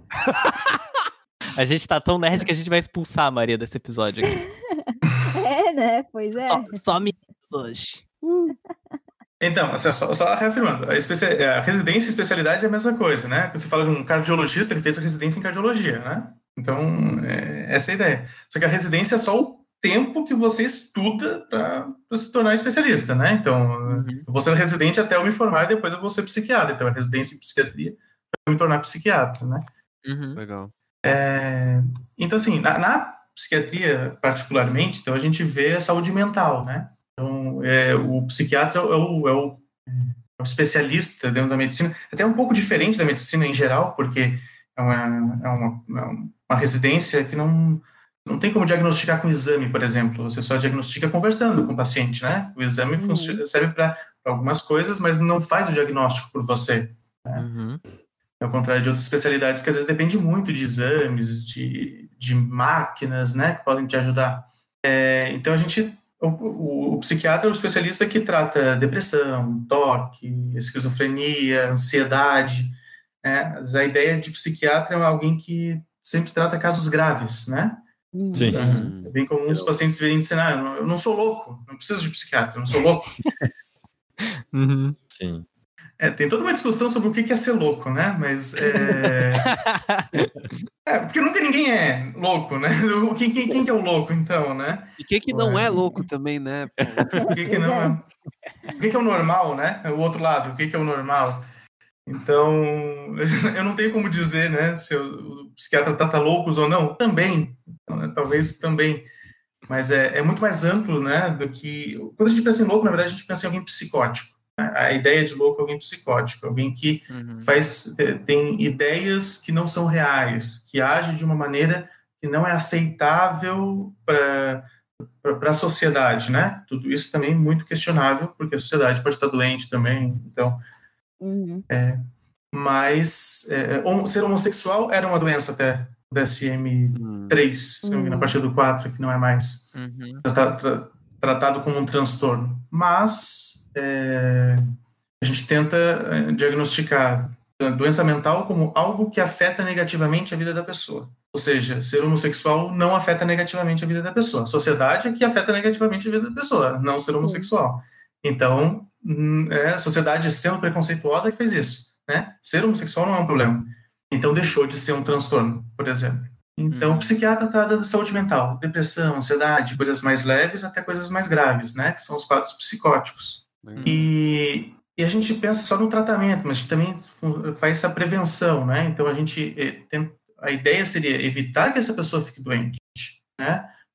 A gente tá tão nerd que a gente vai expulsar a Maria desse episódio aqui. É, né? Pois é. Só, só meninos hoje. Uh. Então, assim, só, só reafirmando, a, especi... a residência e especialidade é a mesma coisa, né? Quando você fala de um cardiologista, ele fez a residência em cardiologia, né? Então, é, essa é a ideia. Só que a residência é só o tempo que você estuda para se tornar especialista, né? Então, uhum. eu vou ser residente até eu me formar e depois eu vou ser psiquiatra. Então, a residência em psiquiatria para me tornar psiquiatra, né? Uhum. Legal. É... Então, assim, na, na psiquiatria, particularmente, então, a gente vê a saúde mental, né? Então, é, o psiquiatra é o, é, o, é o especialista dentro da medicina, até um pouco diferente da medicina em geral, porque é uma, é uma, é uma residência que não... Não tem como diagnosticar com exame, por exemplo. Você só diagnostica conversando com o paciente, né? O exame uhum. funciona, serve para algumas coisas, mas não faz o diagnóstico por você. Né? Uhum. Ao contrário de outras especialidades que às vezes depende muito de exames, de, de máquinas, né? Que podem te ajudar. É, então, a gente... O, o, o psiquiatra é o especialista que trata depressão, toque, esquizofrenia, ansiedade. Né? A ideia de psiquiatra é alguém que sempre trata casos graves, né? Sim. É bem comum os pacientes virem dizer, ah, eu não sou louco, não preciso de psiquiatra, eu não sou louco. Uhum. Sim. É, tem toda uma discussão sobre o que é ser louco, né? Mas é... é porque nunca ninguém é louco, né? Quem, quem, quem que é o louco, então, né? E quem que não é louco também, né? O que que não é? O que que é o normal, né? O outro lado, o que que é o normal? Então, eu não tenho como dizer, né, se o psiquiatra trata loucos ou não. Também, né, talvez também. Mas é, é muito mais amplo, né, do que... Quando a gente pensa em louco, na verdade, a gente pensa em alguém psicótico. Né? A ideia de louco é alguém psicótico, alguém que uhum. faz, tem ideias que não são reais, que age de uma maneira que não é aceitável para para a sociedade, né? Tudo isso também é muito questionável, porque a sociedade pode estar doente também, então... Uhum. É, mas é, ser homossexual era uma doença até o D S M três, uhum. se não me engano, a partir do quatro, que não é mais uhum. tratado, tra, tratado como um transtorno. Mas é, a gente tenta diagnosticar a doença mental como algo que afeta negativamente a vida da pessoa. Ou seja, ser homossexual não afeta negativamente a vida da pessoa. A sociedade é que afeta negativamente a vida da pessoa, não ser homossexual. Uhum. Então, é, a sociedade, sendo preconceituosa, que fez isso. Né? Ser homossexual não é um problema. Então, deixou de ser um transtorno, por exemplo. Então, uhum. o psiquiatra trata da saúde mental, depressão, ansiedade, coisas mais leves até coisas mais graves, né? Que são os quadros psicóticos. Uhum. E, e a gente pensa só no tratamento, mas a gente também faz essa prevenção, né? Então, a gente tem, a ideia seria evitar que essa pessoa fique doente, né?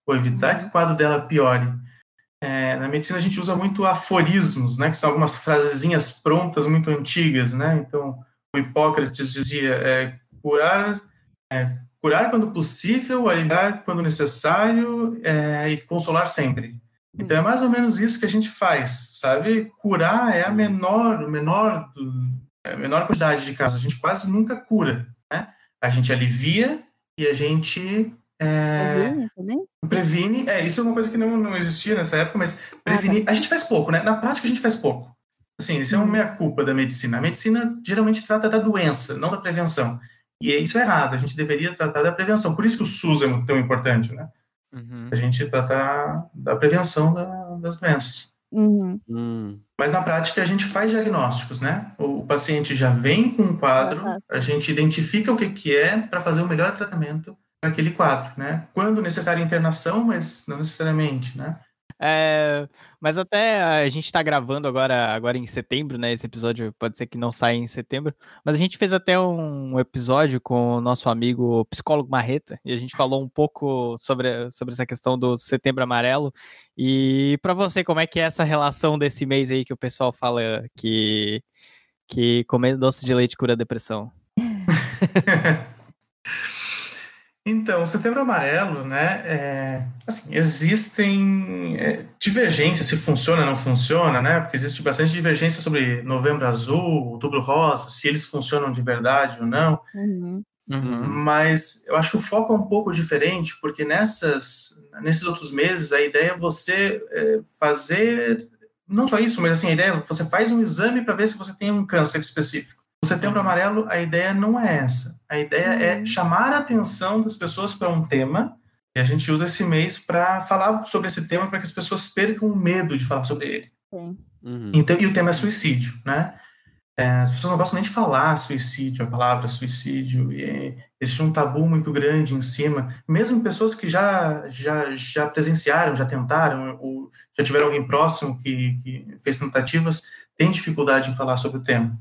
ou evitar que o quadro dela piore. É, na medicina a gente usa muito aforismos, né, que são algumas frasezinhas prontas muito antigas, né? Então, o Hipócrates dizia é, curar, é, curar quando possível, aliviar quando necessário é, e consolar sempre. Então é mais ou menos isso que a gente faz, sabe? Curar é a menor, menor, a menor quantidade de casos. A gente quase nunca cura, né? A gente alivia e a gente é, Previne também? previne. É, isso é uma coisa que não, não existia nessa época, mas prevenir. Ah, tá. A gente faz pouco, né? Na prática a gente faz pouco. Assim, isso é uma meia-culpa da medicina. A medicina geralmente trata da doença, não da prevenção. E isso é errado. A gente deveria tratar da prevenção. Por isso que o SUS é tão importante, né? Uhum. A gente tratar da prevenção da, das doenças. Uhum. Hum. Mas na prática a gente faz diagnósticos, né? O paciente já vem com um quadro, Ah, tá. a gente identifica o que, que é para fazer o melhor tratamento para aquele quadro, né? Quando necessário internação, mas não necessariamente, né? É, mas até a gente está gravando agora, agora em setembro, né? Esse episódio pode ser que não saia em setembro, mas a gente fez até um episódio com o nosso amigo psicólogo Marreta e a gente falou um pouco sobre, sobre essa questão do Setembro Amarelo. E para você, como é que é essa relação desse mês aí que o pessoal fala que, que comer doce de leite cura a depressão? Então, o Setembro Amarelo, né, é, assim, existem é, divergências se funciona ou não funciona, né, porque existe bastante divergência sobre Novembro Azul, Outubro Rosa, se eles funcionam de verdade ou não, Uhum. Uhum. mas eu acho que o foco é um pouco diferente, porque nessas, nesses outros meses a ideia é você é, fazer, não só isso, mas assim, a ideia é você faz um exame para ver se você tem um câncer específico. No Setembro Uhum. Amarelo, a ideia não é essa. A ideia Uhum. é chamar a atenção das pessoas para um tema, e a gente usa esse mês para falar sobre esse tema para que as pessoas percam o medo de falar sobre ele. Sim. Uhum. Então, e o tema é suicídio, né? É, as pessoas não gostam nem de falar suicídio, a palavra suicídio, e é, existe um tabu muito grande em cima, mesmo pessoas que já, já, já presenciaram, já tentaram, ou já tiveram alguém próximo que, que fez tentativas, têm dificuldade em falar sobre o tema.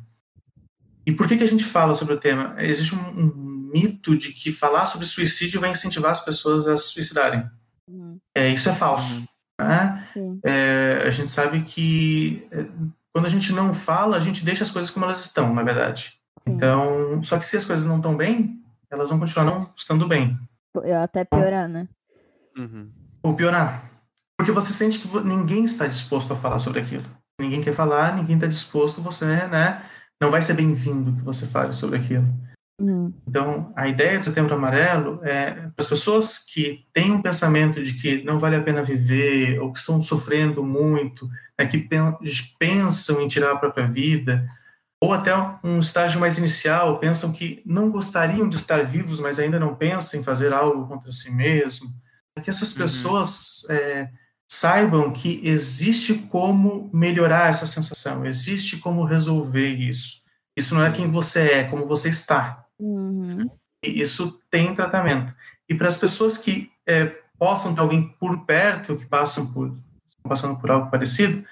E por que, que a gente fala sobre o tema? Existe um, um mito de que falar sobre suicídio vai incentivar as pessoas a se suicidarem. Uhum. É, isso é falso. Uhum. Né? Sim. É, a gente sabe que é, quando a gente não fala, a gente deixa as coisas como elas estão, na verdade. Sim. Então, só que se as coisas não estão bem, elas vão continuar não estando bem. Eu até piorar, né? Uhum. Ou piorar. Porque você sente que ninguém está disposto a falar sobre aquilo. Ninguém quer falar, ninguém está disposto, você, né? Não vai ser bem-vindo que você fale sobre aquilo. Uhum. Então, a ideia do Setembro Amarelo é para as pessoas que têm um pensamento de que não vale a pena viver, ou que estão sofrendo muito, né, que pensam em tirar a própria vida, ou até um estágio mais inicial, pensam que não gostariam de estar vivos, mas ainda não pensam em fazer algo contra si mesmo, é que essas pessoas uhum. é, saibam que existe como melhorar essa sensação, existe como resolver isso. Isso não é quem você é, como você está. Uhum. E isso tem tratamento. E para as pessoas que é, possam ter alguém por perto, que passam por, passando por algo parecido,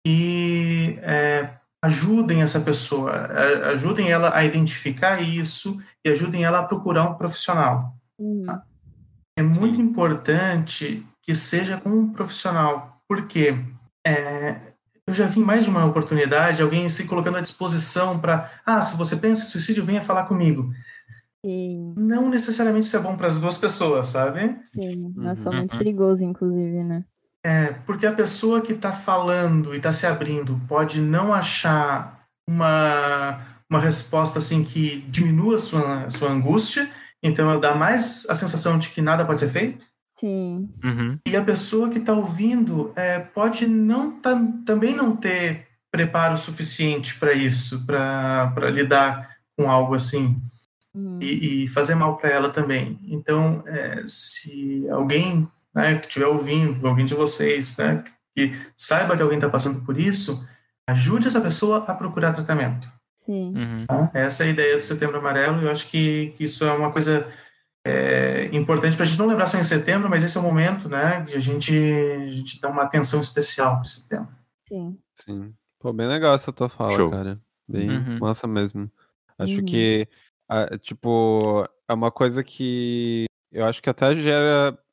e é, ajudem essa pessoa, ajudem ela a identificar isso e ajudem ela a procurar um profissional. Uhum. Tá? É muito Sim. importante que seja com um profissional, porque é, eu já vi mais de uma oportunidade, alguém se colocando à disposição para, ah, se você pensa em suicídio, venha falar comigo. Sim. Não necessariamente isso é bom para as duas pessoas, sabe? Sim, não é só Uhum. muito perigoso, inclusive, né? É, porque a pessoa que está falando e está se abrindo pode não achar uma, uma resposta assim que diminua a sua, a sua angústia, então ela dá mais a sensação de que nada pode ser feito. Sim. Uhum. E a pessoa que está ouvindo é, pode não tá, também não ter preparo suficiente para isso, para lidar com algo assim. Uhum. E, e fazer mal para ela também. Então, é, se alguém, né, que estiver ouvindo, alguém de vocês, né, que saiba que alguém está passando por isso, ajude essa pessoa a procurar tratamento. Sim. Uhum. Tá? Essa é a ideia do Setembro Amarelo. Eu acho que, que isso é uma coisa é, importante para a gente não lembrar só em setembro, mas esse é o momento, né, de a gente, a gente dar uma atenção especial para esse tema. Sim. Sim. Pô, bem legal essa tua fala, Show. cara. Bem Uhum. massa mesmo. Acho Uhum. que, ah, tipo, é uma coisa que eu acho que até gera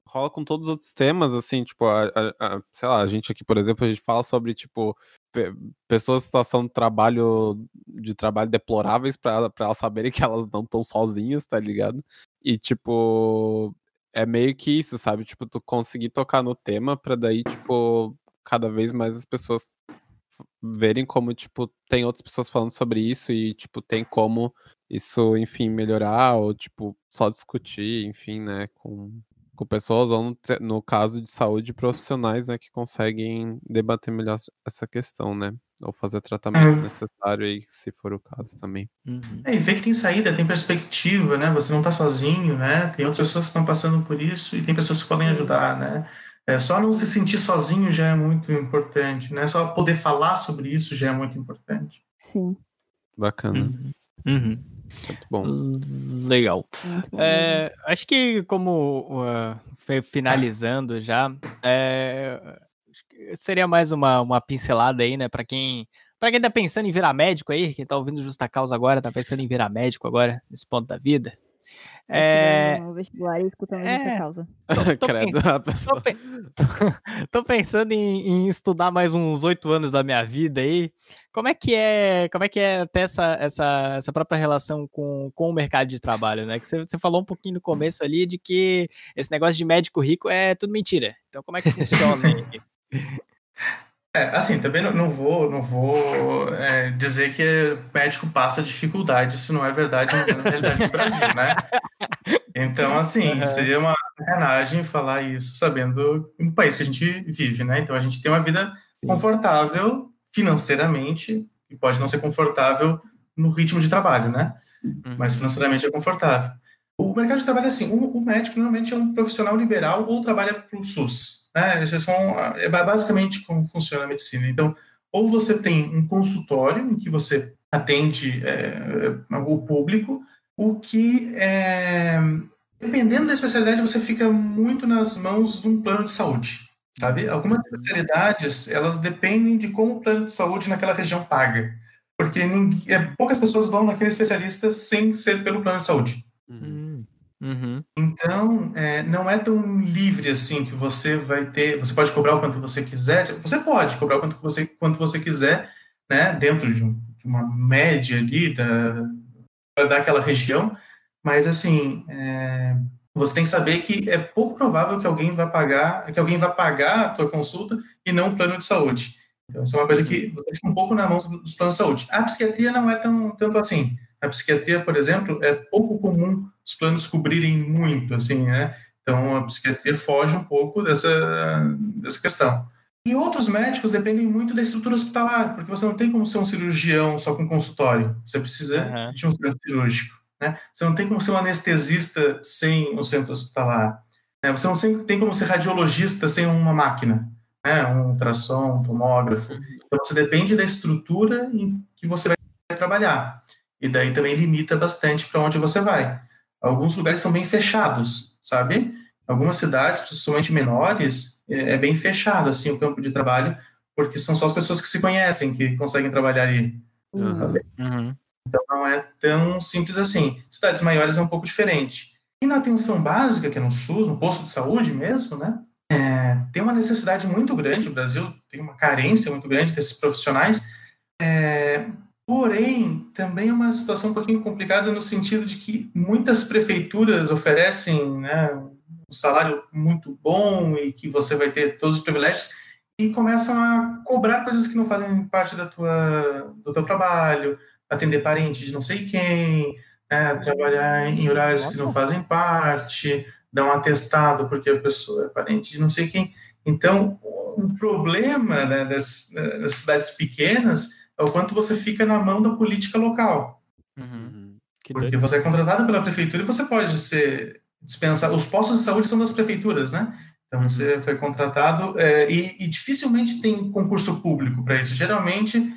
rola com todos os outros temas, assim, tipo, a, a, a, sei lá, a gente aqui, por exemplo, a gente fala sobre, tipo, pe- pessoas em situação de trabalho, de trabalho deploráveis pra, ela- pra elas saberem que elas não estão sozinhas, tá ligado? E, tipo, é meio que isso, sabe? Tipo, tu conseguir tocar no tema pra daí, tipo, cada vez mais as pessoas verem como, tipo, tem outras pessoas falando sobre isso e, tipo, tem como isso, enfim, melhorar ou, tipo, só discutir, enfim, né, com, com pessoas ou, no, te- no caso de saúde, profissionais, né, que conseguem debater melhor essa questão, né, ou fazer tratamento É, necessário aí, se for o caso também. Uhum. é, e ver que tem saída, tem perspectiva, né? Você não está sozinho, né? Tem outras pessoas que estão passando por isso e tem pessoas que podem ajudar, né? É, só não se sentir sozinho já é muito importante, né? Só poder falar sobre isso já é muito importante. Sim, Bacana, Uhum. Uhum. muito bom. Legal. muito bom mesmo. É, acho que como uh, foi finalizando já, é, acho que seria mais uma, uma pincelada aí, né, para quem para quem tá pensando em virar médico aí, quem tá ouvindo Justa Causa agora, tá pensando em virar médico agora, nesse ponto da vida. Estudando É, no vestibular e escutando Justa é, Causa. tô, tô, Credo, pens- a tô, pessoa... pe- tô- tô pensando em, em estudar mais uns oito anos da minha vida aí. Como é que é, como é que é ter essa, essa, essa própria relação com, com o mercado de trabalho, né? Que você, você falou um pouquinho no começo ali de que esse negócio de médico rico é tudo mentira. Então como é que funciona aí? É, assim, também não, não vou, não vou é, dizer que médico passa dificuldade, isso não é verdade, não é na realidade do Brasil, né? Então, assim, Aham. seria uma sacanagem falar isso sabendo no país que a gente vive, né? Então, a gente tem uma vida Sim. confortável financeiramente e pode não ser confortável no ritmo de trabalho, né? Mas Uhum. financeiramente é confortável. O mercado de trabalho é assim, o, o médico normalmente é um profissional liberal ou trabalha para o SUS, né? Esses são, é basicamente como funciona a medicina. Então, ou você tem um consultório em que você atende é, o público, o que, é, dependendo da especialidade, você fica muito nas mãos de um plano de saúde, sabe? Algumas especialidades, elas dependem de como o plano de saúde naquela região paga, porque ninguém, é, poucas pessoas vão naquele especialista sem ser pelo plano de saúde. Uhum. Hum. Uhum. Então, é, não é tão livre assim que você vai ter. Você pode cobrar o quanto você quiser. Você pode cobrar o quanto você, quanto você quiser, né, dentro de, um, de uma média ali da, daquela região. Mas, assim, é, você tem que saber que é pouco provável que alguém vai pagar, que alguém vai pagar a tua consulta e não um plano de saúde. Então, isso é uma coisa que você fica um pouco na mão dos planos de saúde. A psiquiatria não é tão, tanto assim. A psiquiatria, por exemplo, é pouco comum os planos cobrirem muito, assim, né? Então, a psiquiatria foge um pouco dessa, dessa questão. E outros médicos dependem muito da estrutura hospitalar, porque você não tem como ser um cirurgião só com consultório. Você precisa Aham. de um centro cirúrgico, né? Você não tem como ser um anestesista sem um centro hospitalar. Né? Você não tem como ser radiologista sem uma máquina, né? Um ultrassom, um tomógrafo. Então, você depende da estrutura em que você vai trabalhar. E daí também limita bastante para onde você vai. Alguns lugares são bem fechados, sabe? Algumas cidades, principalmente menores, é bem fechado assim o campo de trabalho, porque são só as pessoas que se conhecem que conseguem trabalhar ali. Aham. Uhum. Então não é tão simples assim. Cidades maiores é um pouco diferente. E na atenção básica, que é no SUS, no posto de saúde mesmo, né? É, tem uma necessidade muito grande. O Brasil tem uma carência muito grande desses profissionais. É, porém, também é uma situação um pouquinho complicada no sentido de que muitas prefeituras oferecem, né, um salário muito bom e que você vai ter todos os privilégios e começam a cobrar coisas que não fazem parte da tua, do teu trabalho, atender parente de não sei quem, né, trabalhar em horários que não Nossa. fazem parte, dar um atestado porque a pessoa é parente de não sei quem. Então, o problema, né, das, das cidades pequenas é o quanto você fica na mão da política local. Uhum. Uhum. Que Porque doido. você é contratado pela prefeitura e você pode ser dispensado. Os postos de saúde são das prefeituras, né? Então Uhum. você foi contratado é, e, e dificilmente tem concurso público para isso. Geralmente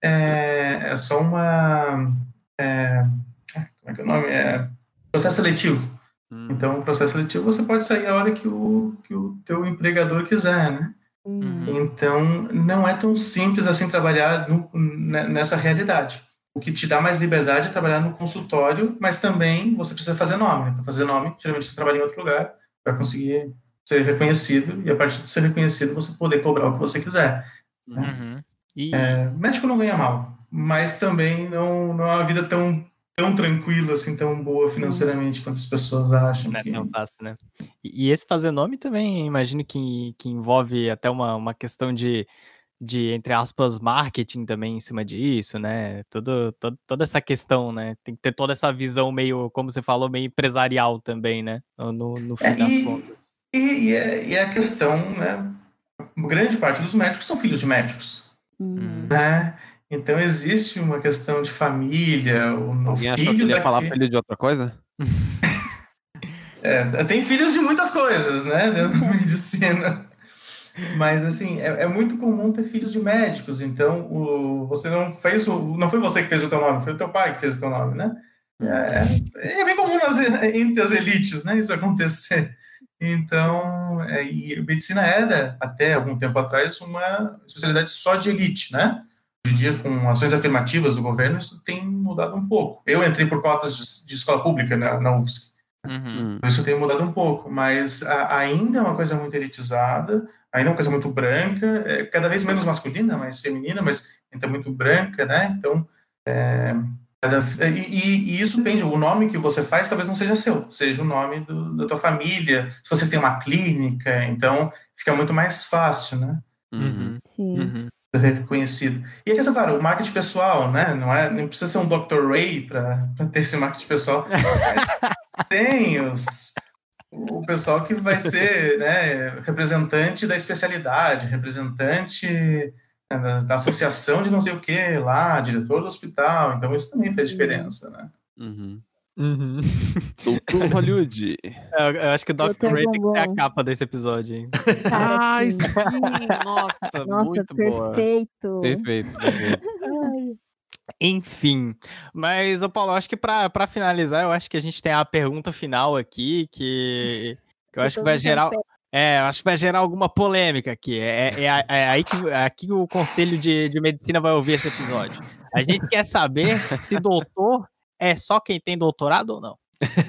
é, é só uma... É, como é que é o nome? É processo seletivo. Uhum. Então, o processo seletivo você pode sair a hora que o, que o teu empregador quiser, né? Uhum. Então, não é tão simples assim trabalhar no, nessa realidade. O que te dá mais liberdade é trabalhar no consultório, mas também você precisa fazer nome. Para fazer nome, geralmente você trabalha em outro lugar para conseguir ser reconhecido, e a partir de ser reconhecido, você poder cobrar o que você quiser. Né? Uhum. E... É, médico não ganha mal, mas também não, não é uma vida tão, tão tranquila, assim, tão boa financeiramente quanto as pessoas acham. Não é que... tão fácil, né? E, e esse fazer nome também, imagino que, que envolve até uma, uma questão de, de, entre aspas, marketing também em cima disso, né? Todo, todo, toda essa questão, né? Tem que ter toda essa visão meio, como você falou, meio empresarial também, né? No, no fim É, das e, contas. E, e, é, e é a questão, né? Grande parte dos médicos são filhos de médicos. Uhum. Né? Então existe uma questão de família, o, o Alguém achou que filho ele ia daqui... falar filho de outra coisa? É, tem filhos de muitas coisas, né? Dentro da medicina. Mas, assim, é, é muito comum ter filhos de médicos. Então, o, você não fez... O, não foi você que fez o teu nome, foi o teu pai que fez o teu nome, né? É, é bem comum nas, entre as elites, né? Isso acontecer. Então, é, e medicina era, até algum tempo atrás, uma especialidade só de elite, né? Hoje em dia, com ações afirmativas do governo, isso tem mudado um pouco. Eu entrei por cotas de, de escola pública na, na U F S C. Uhum. Isso tem mudado um pouco, mas a, ainda é uma coisa muito elitizada, ainda é uma coisa muito branca, é, cada vez menos masculina, mais feminina, mas ainda muito branca, né? Então, é, cada, e, e isso depende, o nome que você faz talvez não seja seu, seja o nome do, da tua família, se você tem uma clínica, então fica muito mais fácil, né? Uhum. Sim. Uhum. Reconhecido. E a questão, claro, o marketing pessoal, né? Não, é, não precisa ser um doutor Ray para ter esse marketing pessoal, mas tem os, o pessoal que vai ser, né, representante da especialidade, representante da, da associação de não sei o que lá, diretor do hospital, então isso também faz diferença, né? Uhum. Uhum. Doutor Hollywood. Eu, eu acho que o doutor doutor Ray tem que ser a Bombom. capa desse episódio, hein? Cara, Ai, sim. sim! Nossa, Nossa, muito boa. perfeito. Perfeito, perfeito. Enfim, mas, ô Paulo, eu acho que pra, pra finalizar, eu acho que a gente tem a pergunta final aqui, que, que eu acho que vai gerar... É, eu acho que vai gerar alguma polêmica aqui. É, é, é, é aí que, é aqui que o Conselho de, de Medicina vai ouvir esse episódio. A gente quer saber se doutor é só quem tem doutorado ou não.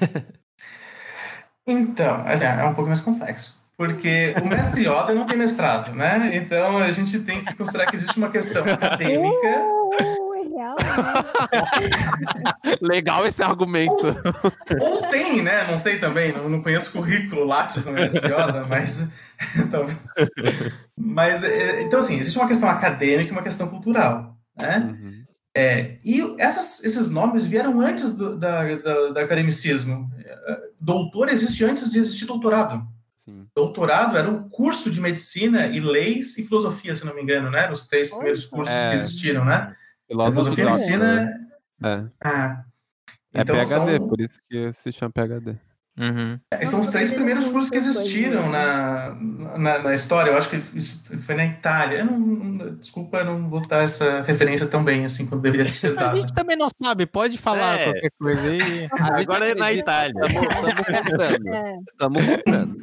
Então, assim, é um pouco mais complexo, porque o mestre Yoda não tem mestrado, né? Então a gente tem que considerar que existe uma questão acadêmica. Uh, é real, né? Legal esse argumento. Ou tem, né? Não sei também, não, não conheço o currículo Lattes do mestre Yoda, mas... então, mas, então, assim, existe uma questão acadêmica e uma questão cultural, né? Uhum. É, e essas, esses nomes vieram antes do da, da, da academicismo. Doutor existe antes de existir doutorado. Sim. Doutorado era o curso de medicina e leis e filosofia, se não me engano, né? Os três primeiros cursos É. que existiram, né? Filósofo Filosofia e medicina... É, Ah, é então PhD, são... por isso que se chama PhD. Uhum. É, são os três primeiros cursos que existiram na, na, na história. Eu acho que isso foi na Itália. Eu não, não, desculpa, eu não vou dar essa referência tão bem assim quando deveria ser A dada. gente também não sabe, pode falar É. qualquer coisa aí. Agora é na Itália. Estamos comprando. É. Estamos comprando.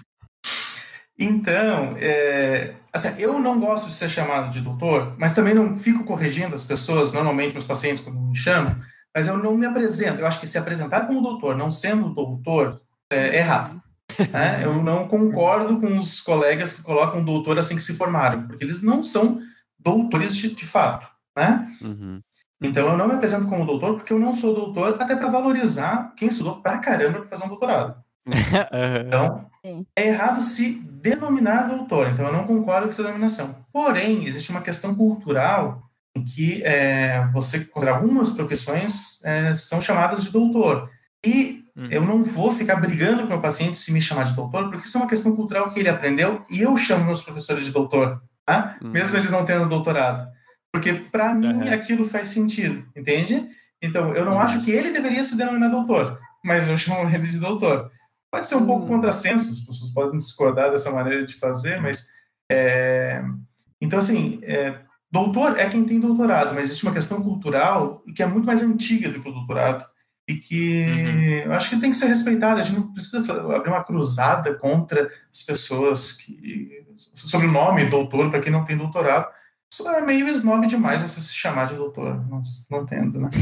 Então, é, assim, eu não gosto de ser chamado de doutor, mas também não fico corrigindo as pessoas, normalmente meus pacientes quando me chamam, mas eu não me apresento. Eu acho que se apresentar como doutor, não sendo doutor, é errado. Né? Eu não concordo com os colegas que colocam doutor assim que se formaram, porque eles não são doutores de, de fato. Né? Uhum. Então, eu não me apresento como doutor porque eu não sou doutor, até para valorizar quem estudou pra caramba para fazer um doutorado. Então, Sim. é errado se denominar doutor, então eu não concordo com essa denominação. Porém, existe uma questão cultural em que é, você, algumas profissões é, são chamadas de doutor. E Uhum. eu não vou ficar brigando com o meu paciente se me chamar de doutor, porque isso é uma questão cultural que ele aprendeu e eu chamo meus professores de doutor, tá? Uhum. Mesmo eles não tendo doutorado. Porque, para mim, Uhum. aquilo faz sentido, entende? Então, eu não Uhum. acho que ele deveria se denominar doutor, mas eu chamo ele de doutor. Pode ser um pouco contrassenso, as pessoas podem discordar dessa maneira de fazer, mas... É... Então, assim, é... doutor é quem tem doutorado, mas existe uma questão cultural que é muito mais antiga do que o doutorado e que Uhum. eu acho que tem que ser respeitada. A gente não precisa abrir uma cruzada contra as pessoas que... sobre o nome doutor para quem não tem doutorado. Isso é meio snob demais você se chamar de doutor, não, não entendo, né?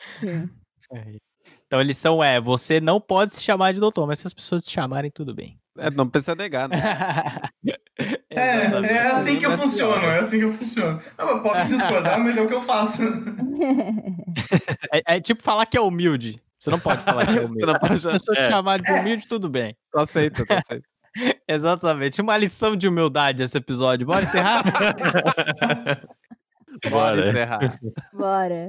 Sim. Então a lição é, você não pode se chamar de doutor, mas se as pessoas te chamarem, tudo bem. É, não precisa negar, né? É, é assim que eu funciono, é assim que eu funciono. Não, pode discordar, mas é o que eu faço. É, é tipo falar que é humilde. Você não pode falar que é humilde. Não pode... Se a pessoa te É. chamar de humilde, tudo bem. Tô aceito, tô aceito. Exatamente. Uma lição de humildade esse episódio. Bora encerrar? Bora Bora. encerrar. Bora.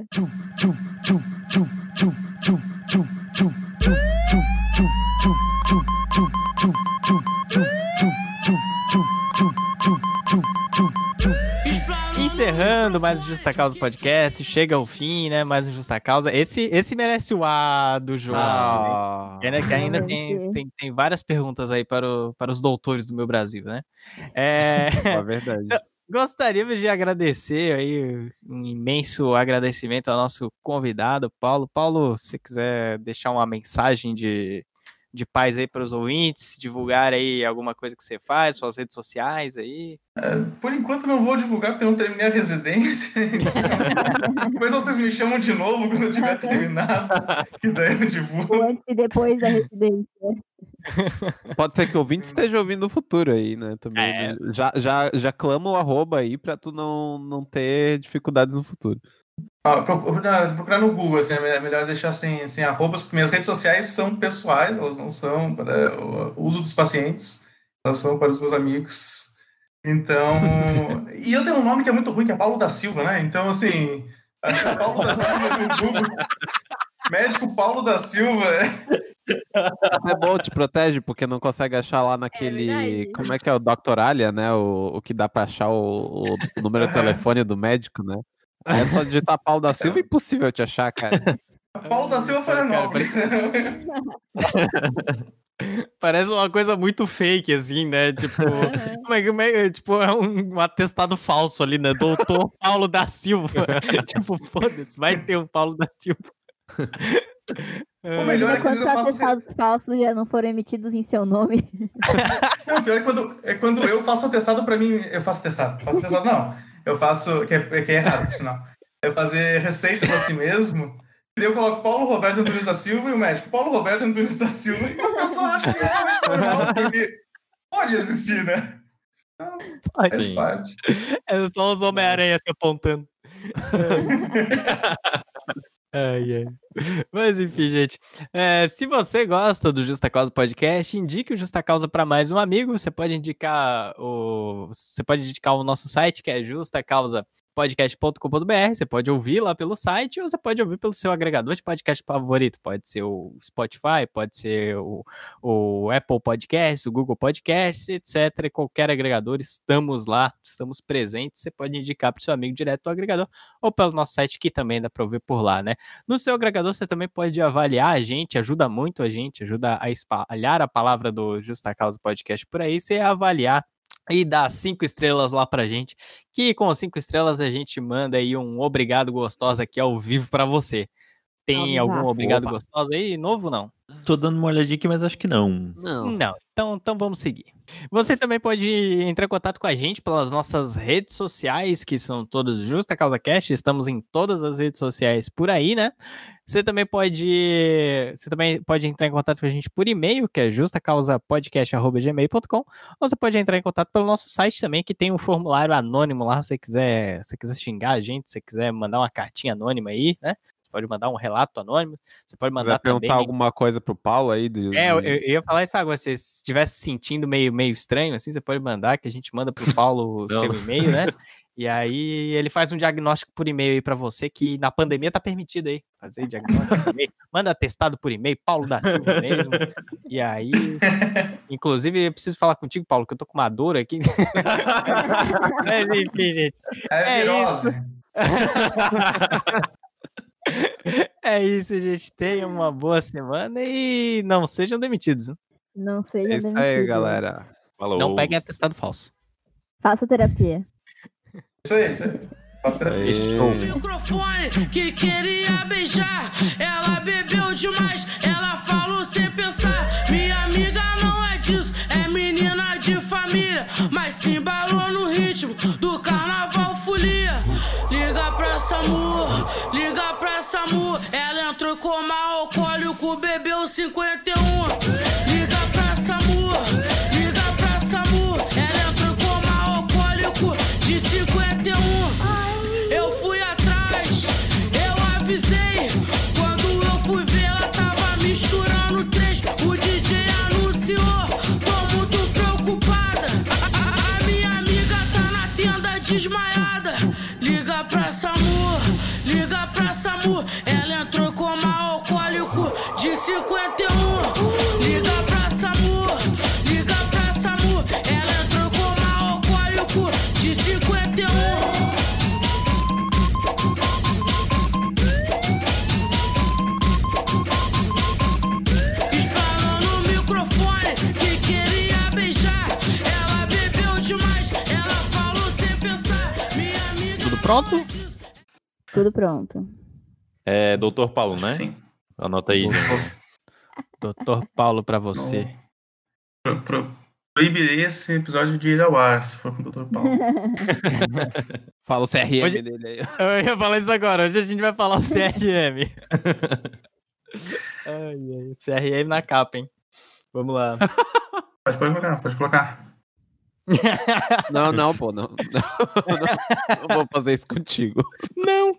Encerrando mais um Justa Causa Podcast, chega ao fim, né? Mais um Justa Causa. Esse, esse merece o A do jogo. Ah, né? Que ainda tem, Realmente. tem, tem várias perguntas aí para, o, para os doutores do meu Brasil, né? É, é verdade. gostaríamos de agradecer aí, um imenso agradecimento ao nosso convidado, Paulo. Paulo, se você quiser deixar uma mensagem de, de paz aí para os ouvintes, divulgar aí alguma coisa que você faz, suas redes sociais aí. Por enquanto não vou divulgar porque eu não terminei a residência. Então, depois vocês me chamam de novo quando eu tiver terminado. Que daí eu divulgo. O antes e depois da residência. Pode ser que o ouvinte esteja ouvindo no futuro aí, né? Também, É. né? Já, já, já clama o arroba aí pra tu não, não ter dificuldades no futuro. Ah, procura- procurar no Google, assim, é melhor deixar sem, sem arrobas, porque minhas redes sociais são pessoais, elas não são para o uso dos pacientes, elas são para os meus amigos. Então. E eu tenho um nome que é muito ruim, que é Paulo da Silva, né? Então, assim, acho que é Paulo da Silva no Google. Médico Paulo da Silva. É bom, te protege, porque não consegue achar lá naquele. verdade. Como é que é o doutor Alia, né? O, o que dá pra achar o, o número de telefone do médico, né? Aí é só digitar Paulo da Silva, impossível te achar, cara. Paulo da Silva Florianópolis. Parece uma coisa muito fake, assim, né? Tipo, como é, como é, tipo, é um, um atestado falso ali, né? Doutor Paulo da Silva. Tipo, foda-se, vai ter um Paulo da Silva. O melhor é Imagina que às vezes quantos eu faço. atestados falsos já não foram emitidos em seu nome. Não, o pior é quando, é quando eu faço atestado pra mim. Eu faço atestado. Faço atestado, não. Eu faço. Que é, que é errado, por sinal. Eu fazer receita pra si mesmo. E eu coloco Paulo Roberto Antunes da Silva e o médico Paulo Roberto Antunes da Silva. E a pessoa acha que é normal, porque pode existir, né? Então, faz Sim. parte. É só os Homem-Aranha se apontando. Ai, ai. Mas enfim, gente. É, se você gosta do Justa Causa Podcast, indique o Justa Causa para mais um amigo. Você pode indicar o. Você pode indicar o nosso site, que é justa causa podcast ponto com ponto b r. Você pode ouvir lá pelo site ou você pode ouvir pelo seu agregador de podcast favorito. Pode ser o Spotify, pode ser o, o Apple Podcasts, o Google Podcasts, etcétera. Qualquer agregador, estamos lá, estamos presentes. Você pode indicar para o seu amigo direto do agregador ou pelo nosso site, que também dá para ouvir por lá, né? No seu agregador, você também pode avaliar a gente, ajuda muito a gente, ajuda a espalhar a palavra do Justa Causa Podcast por aí, você avaliar e dar cinco estrelas lá pra gente, que com cinco estrelas a gente manda aí um obrigado gostosa aqui ao vivo pra você. Tem Ao algum vivaço. obrigado Opa. gostosa aí? Novo, não? Tô dando uma olhadinha aqui, mas acho que não. Não. Não, então, então vamos seguir. Você também pode entrar em contato com a gente pelas nossas redes sociais, que são todas Justa Causa Cast, estamos em todas as redes sociais por aí, né? Você também pode, você também pode entrar em contato com a gente por e-mail, que é justa causa podcast arroba gmail ponto com, ou você pode entrar em contato pelo nosso site também, que tem um formulário anônimo lá, se você quiser, se você quiser xingar a gente, se você quiser mandar uma cartinha anônima aí, né? Você pode mandar um relato anônimo, você pode Se mandar quiser perguntar também... alguma coisa pro Paulo aí. Do, É, eu, do- eu ia falar isso agora, se você estivesse se sentindo meio, meio estranho, assim, você pode mandar, que a gente manda pro Paulo o Não. seu e-mail, né? E aí ele faz um diagnóstico por e-mail aí pra você, que na pandemia tá permitido aí, fazer diagnóstico por e-mail. Manda testado por e-mail, Paulo da Silva mesmo. E aí, inclusive, eu preciso falar contigo, Paulo, que eu tô com uma dor aqui. Mas enfim, gente. É É virose. É isso, gente. Tenham uma boa semana e não sejam demitidos. Né? Não sejam É isso demitidos. aí, galera. Falou. Não peguem atestado falso. Faça terapia. Isso aí, isso aí. Faço terapia. Aí. Microfone que queria beijar. Ela bebeu demais, ela falou sem pensar. Minha amiga não é disso, é menina de família, mas se embalou no ritmo do carnaval folia. Liga pra SAMU, liga pra SAMU. Ela entrou com mal alcoólico, bebeu cinquenta e um. Liga pra SAMU, pronto? Tudo pronto. É doutor Paulo, né? Sim. Anota aí. doutor Paulo pra você. Pro, pro, proibirei esse episódio de ir ao ar, se for com o doutor Paulo. Fala o C R M Hoje- dele aí. Eu ia falar isso agora. Hoje a gente vai falar o C R M. Ai, ai, C R M na capa, hein? Vamos lá. Pode, pode colocar, pode colocar. Não, não, pô, não. Não, não, não vou fazer isso contigo. Não.